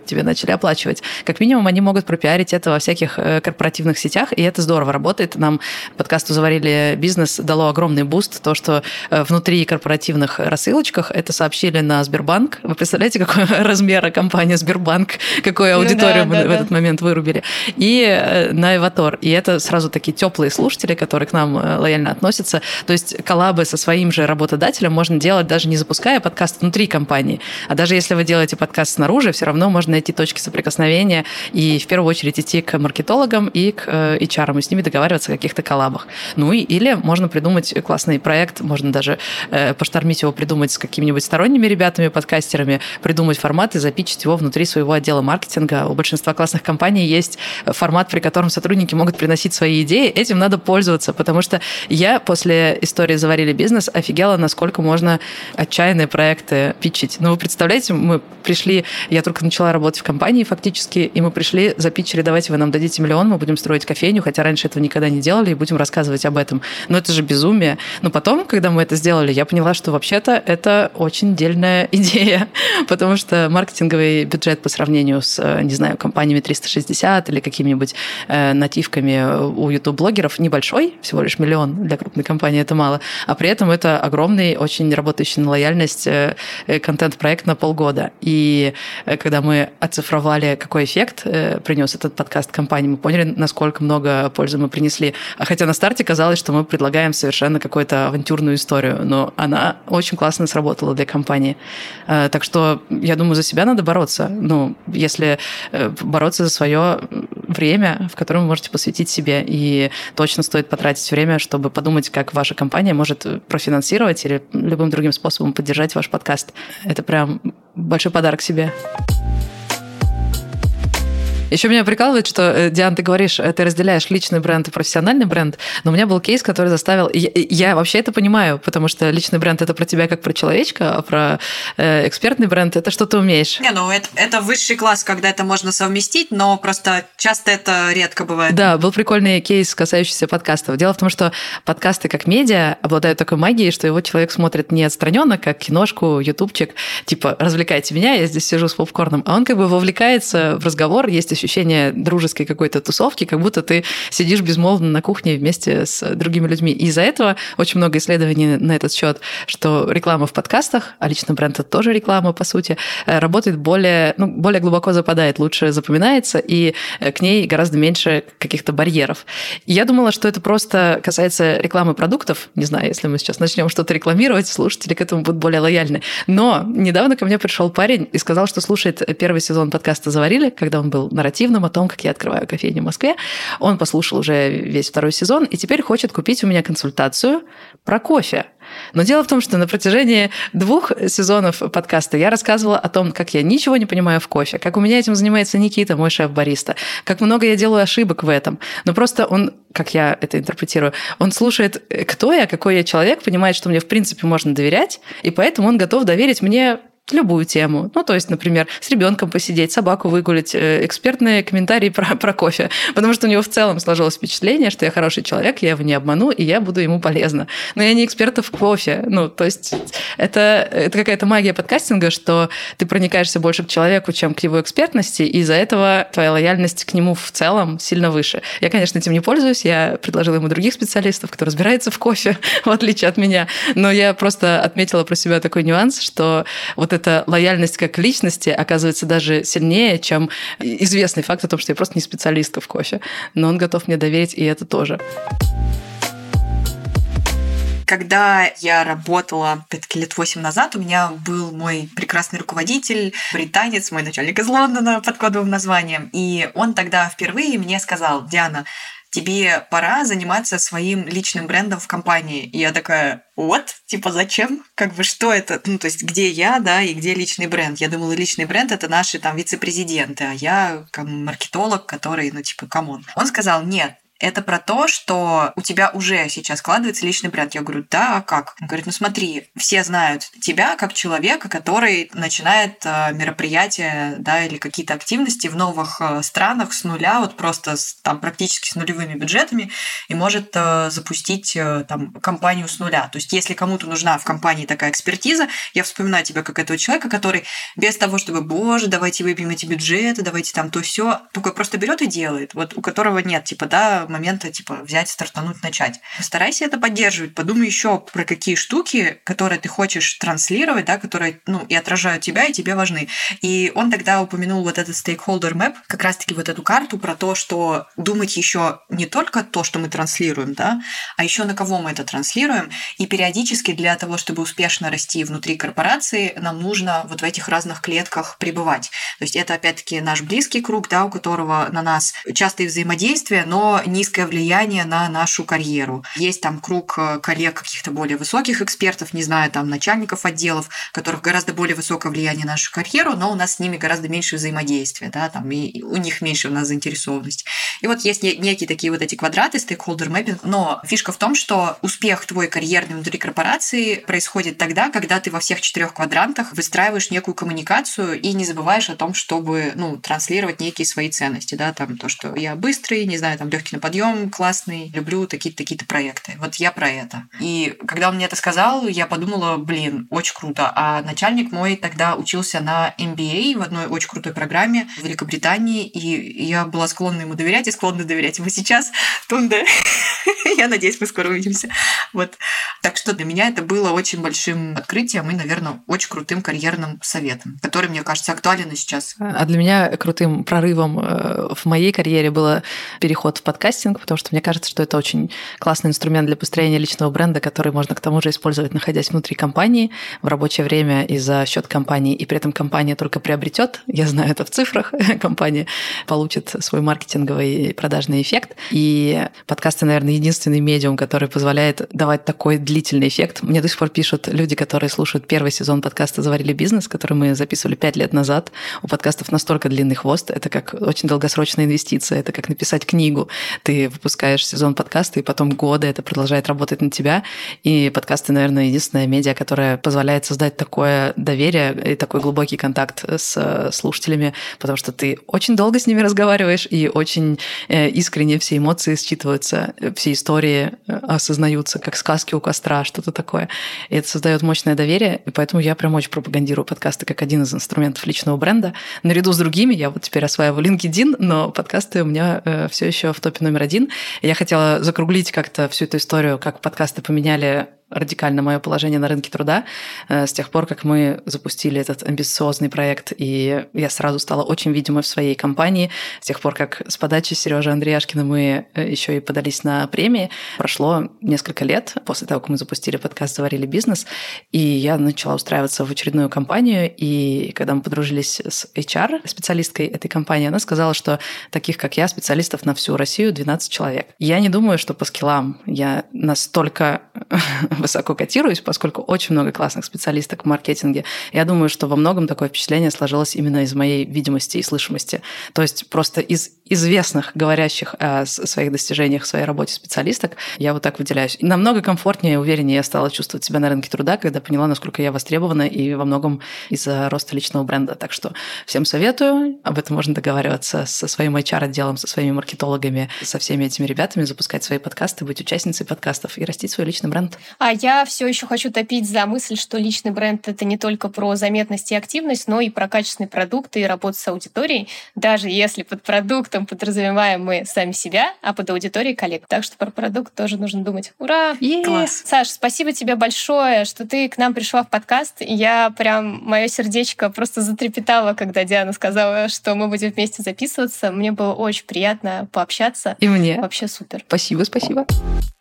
тебе начали оплачивать. Как минимум, они могут пропиарить это во всяких корпоративных сетях, и это здорово работает. Нам подкасту «Заварили бизнес» дало огромный буст. То, что внутри корпоративных рассылочках это сообщили на Сбербанк. Вы представляете, какой размер компания Сбербанк, какую аудиторию ну, да, мы да, в да. этот момент вырубили. И на Эватор. И это сразу такие теплые слушатели, которые к нам лояльно относятся. То есть коллабы со своим же работодателем можно делать, даже не запуская подкаст внутри компании. А даже если вы делаете подкаст снаружи, все равно можно найти точки соприкосновения и в первую очередь идти к маркетологам и к эйч ар, и с ними договариваться о каких-то коллабах. Ну и или можно придумать классный проект, можно даже э, поштормить его, придумать с какими-нибудь сторонними ребятами, подкастерами, придумать формат и запичить его внутри своего отдела маркетинга. У большинства классных компаний есть формат, при котором сотрудники могут приносить свои идеи. Этим надо пользоваться, потому что я после истории «Заварили бизнес» офигела, насколько можно отчаянные проекты питчить. Ну, вы представляете, мы пришли, я только начала работать в компании фактически, и мы пришли, запитчили, давайте вы нам дадите миллион, мы будем строить кофейню, хотя раньше этого никогда не делали, и будем рассказывать об этом. Но это же безумие. Но потом, когда мы это сделали, я поняла, что вообще-то это очень дельная идея, потому что маркетинговый бюджет по сравнению с, не знаю, компаниями триста шестьдесят или какими-нибудь э, нативками у YouTube-блогеров небольшой, всего лишь миллион для крупной компании, это мало, а при этом это огромный, очень работающий на лояльность э, контент-проект на полгода. И э, когда мы оцифровали, какой эффект э, принес этот подкаст компании, мы поняли, насколько много пользы мы принесли. А хотя на старте казалось, что мы предлагаем совершенно какую-то авантюрную историю, но она очень классно сработала для компании. Э, так что, я думаю, за себя надо бороться. Ну, если э, бороться за свое время, в котором вы можете посвятить себе, и точно стоит потратить время, чтобы подумать, как ваша компания может профинансировать или любым другим способом поддержать ваш подкаст. Это прям большой подарок себе. Еще меня прикалывает, что, Диан, ты говоришь, ты разделяешь личный бренд и профессиональный бренд, но у меня был кейс, который заставил... Я, я вообще это понимаю, потому что личный бренд – это про тебя как про человечка, а про э, экспертный бренд – это что ты умеешь. Не, ну это, это высший класс, когда это можно совместить, но просто часто это редко бывает. Да, был прикольный кейс, касающийся подкастов. Дело в том, что подкасты как медиа обладают такой магией, что его человек смотрит не отстраненно, как киношку, ютубчик, типа «развлекайте меня, я здесь сижу с попкорном», а он как бы вовлекается в разговор, есть ощущение дружеской какой-то тусовки, как будто ты сидишь безмолвно на кухне вместе с другими людьми. И из-за этого очень много исследований на этот счет, что реклама в подкастах, а личный бренд – это тоже реклама, по сути, работает более, ну, более глубоко западает, лучше запоминается, и к ней гораздо меньше каких-то барьеров. И я думала, что это просто касается рекламы продуктов. Не знаю, если мы сейчас начнем что-то рекламировать, слушатели к этому будут более лояльны. Но недавно ко мне пришел парень и сказал, что слушает первый сезон подкаста «Заварили», когда он был на о том, как я открываю кофейню в Москве. Он послушал уже весь второй сезон и теперь хочет купить у меня консультацию про кофе. Но дело в том, что на протяжении двух сезонов подкаста я рассказывала о том, как я ничего не понимаю в кофе, как у меня этим занимается Никита, мой шеф-бариста, как много я делаю ошибок в этом. Но просто он, как я это интерпретирую, он слушает, кто я, какой я человек, понимает, что мне в принципе можно доверять, и поэтому он готов доверить мне любую тему. Ну, то есть, например, с ребенком посидеть, собаку выгулить, экспертные комментарии про, про кофе. Потому что у него в целом сложилось впечатление, что я хороший человек, я его не обману, и я буду ему полезна. Но я не эксперт в кофе. Ну, то есть, это, это какая-то магия подкастинга, что ты проникаешься больше к человеку, чем к его экспертности, и из-за этого твоя лояльность к нему в целом сильно выше. Я, конечно, этим не пользуюсь. Я предложила ему других специалистов, кто разбирается в кофе, в отличие от меня. Но я просто отметила про себя такой нюанс, что вот эта лояльность как личности оказывается даже сильнее, чем известный факт о том, что я просто не специалистка в кофе. Но он готов мне доверить, и это тоже. Когда я работала, опять-таки, лет восемь назад, у меня был мой прекрасный руководитель, британец, мой начальник из Лондона под кодовым названием. И он тогда впервые мне сказал: «Диана, тебе пора заниматься своим личным брендом в компании». И я такая: вот, типа, зачем? Как бы, что это? Ну, то есть, где я, да, и где личный бренд? Я думала, личный бренд – это наши там вице-президенты, а я как маркетолог, который, ну, типа, камон. Он сказал: нет, это про то, что у тебя уже сейчас складывается личный бренд. Я говорю, да, а как? Он говорит, ну смотри, все знают тебя как человека, который начинает мероприятия, да, или какие-то активности в новых странах с нуля, вот просто с, там практически с нулевыми бюджетами, и может запустить там компанию с нуля. То есть если кому-то нужна в компании такая экспертиза, я вспоминаю тебя как этого человека, который без того, чтобы, боже, давайте выбьем эти бюджеты, давайте там то все, такой просто берет и делает. Вот у которого нет, типа, да, момента, типа, взять, стартануть, начать. Постарайся это поддерживать. Подумай еще про какие штуки, которые ты хочешь транслировать, да, которые, ну, и отражают тебя, и тебе важны. И он тогда упомянул вот этот stakeholder map, как раз-таки вот эту карту про то, что думать еще не только то, что мы транслируем, да, а еще на кого мы это транслируем. И периодически для того, чтобы успешно расти внутри корпорации, нам нужно вот в этих разных клетках пребывать. То есть это, опять-таки, наш близкий круг, да, у которого на нас частые взаимодействия, но низкое влияние на нашу карьеру. Есть там круг коллег каких-то более высоких экспертов, не знаю, там начальников отделов, у которых гораздо более высокое влияние на нашу карьеру, но у нас с ними гораздо меньше взаимодействия, да, там, и у них меньше у нас заинтересованность. И вот есть некие такие вот эти квадраты, stakeholder mapping, но фишка в том, что успех твой карьерный внутри корпорации происходит тогда, когда ты во всех четырех квадрантах выстраиваешь некую коммуникацию и не забываешь о том, чтобы, ну, транслировать некие свои ценности, да, там, то, что я быстрый, не знаю, там, легкий на подъем, классный, люблю такие-то такие-то проекты. Вот я про это. И когда он мне это сказал, я подумала, блин, очень круто. А начальник мой тогда учился на эм би эй в одной очень крутой программе в Великобритании, и я была склонна ему доверять и склонна доверять ему сейчас. Тунде. Я надеюсь, мы скоро увидимся. Вот. Так что для меня это было очень большим открытием и, наверное, очень крутым карьерным советом, который, мне кажется, актуален и сейчас. А для меня крутым прорывом в моей карьере было переход в подкастинг, потому что мне кажется, что это очень классный инструмент для построения личного бренда, который можно к тому же использовать, находясь внутри компании в рабочее время и за счет компании, и при этом компания только приобретет, я знаю это в цифрах, компания получит свой маркетинговый и продажный эффект. И подкасты, наверное, единственный медиум, который позволяет давать такой длительный эффект. Мне до сих пор пишут люди, которые слушают первый сезон подкаста «Заварили бизнес», который мы записывали пять лет назад. У подкастов настолько длинный хвост, это как очень долгосрочная инвестиция, это как написать книгу. Ты выпускаешь сезон подкаста, и потом годы это продолжает работать на тебя. И подкасты, наверное, единственная медиа, которая позволяет создать такое доверие и такой глубокий контакт с слушателями, потому что ты очень долго с ними разговариваешь, и очень искренне все эмоции считываются, все истории осознаются, как сказки у костра, что-то такое. И это создает мощное доверие, и поэтому я прям очень пропагандирую подкасты как один из инструментов личного бренда. Наряду с другими я вот теперь осваиваю LinkedIn, но подкасты у меня все еще в топе номер один. Я хотела закруглить как-то всю эту историю, как подкасты поменяли радикально мое положение на рынке труда с тех пор, как мы запустили этот амбициозный проект, и я сразу стала очень видимой в своей компании. С тех пор, как с подачи Сережи Андреяшкина мы еще и подались на премии, прошло несколько лет после того, как мы запустили подкаст «Заварили бизнес», и я начала устраиваться в очередную компанию, и когда мы подружились с эйч ар-специалисткой этой компании, она сказала, что таких, как я, специалистов на всю Россию двенадцать человек. Я не думаю, что по скиллам я настолько высоко котируюсь, поскольку очень много классных специалисток в маркетинге. Я думаю, что во многом такое впечатление сложилось именно из моей видимости и слышимости. То есть просто из известных, говорящих о своих достижениях в своей работе специалисток, я вот так выделяюсь. И намного комфортнее и увереннее я стала чувствовать себя на рынке труда, когда поняла, насколько я востребована, и во многом из-за роста личного бренда. Так что всем советую. Об этом можно договариваться со своим эйч ар-отделом, со своими маркетологами, со всеми этими ребятами, запускать свои подкасты, быть участницей подкастов и растить свой личный бренд. А я все еще хочу топить за мысль, что личный бренд — это не только про заметность и активность, но и про качественный продукт и работу с аудиторией, даже если под продуктом подразумеваем мы сами себя, а под аудиторией коллег. Так что про продукт тоже нужно думать. Ура! Класс! Саш, спасибо тебе большое, что ты к нам пришла в подкаст. Я прям, мое сердечко просто затрепетало, когда Диана сказала, что мы будем вместе записываться. Мне было очень приятно пообщаться. И мне. Вообще супер. Спасибо, спасибо.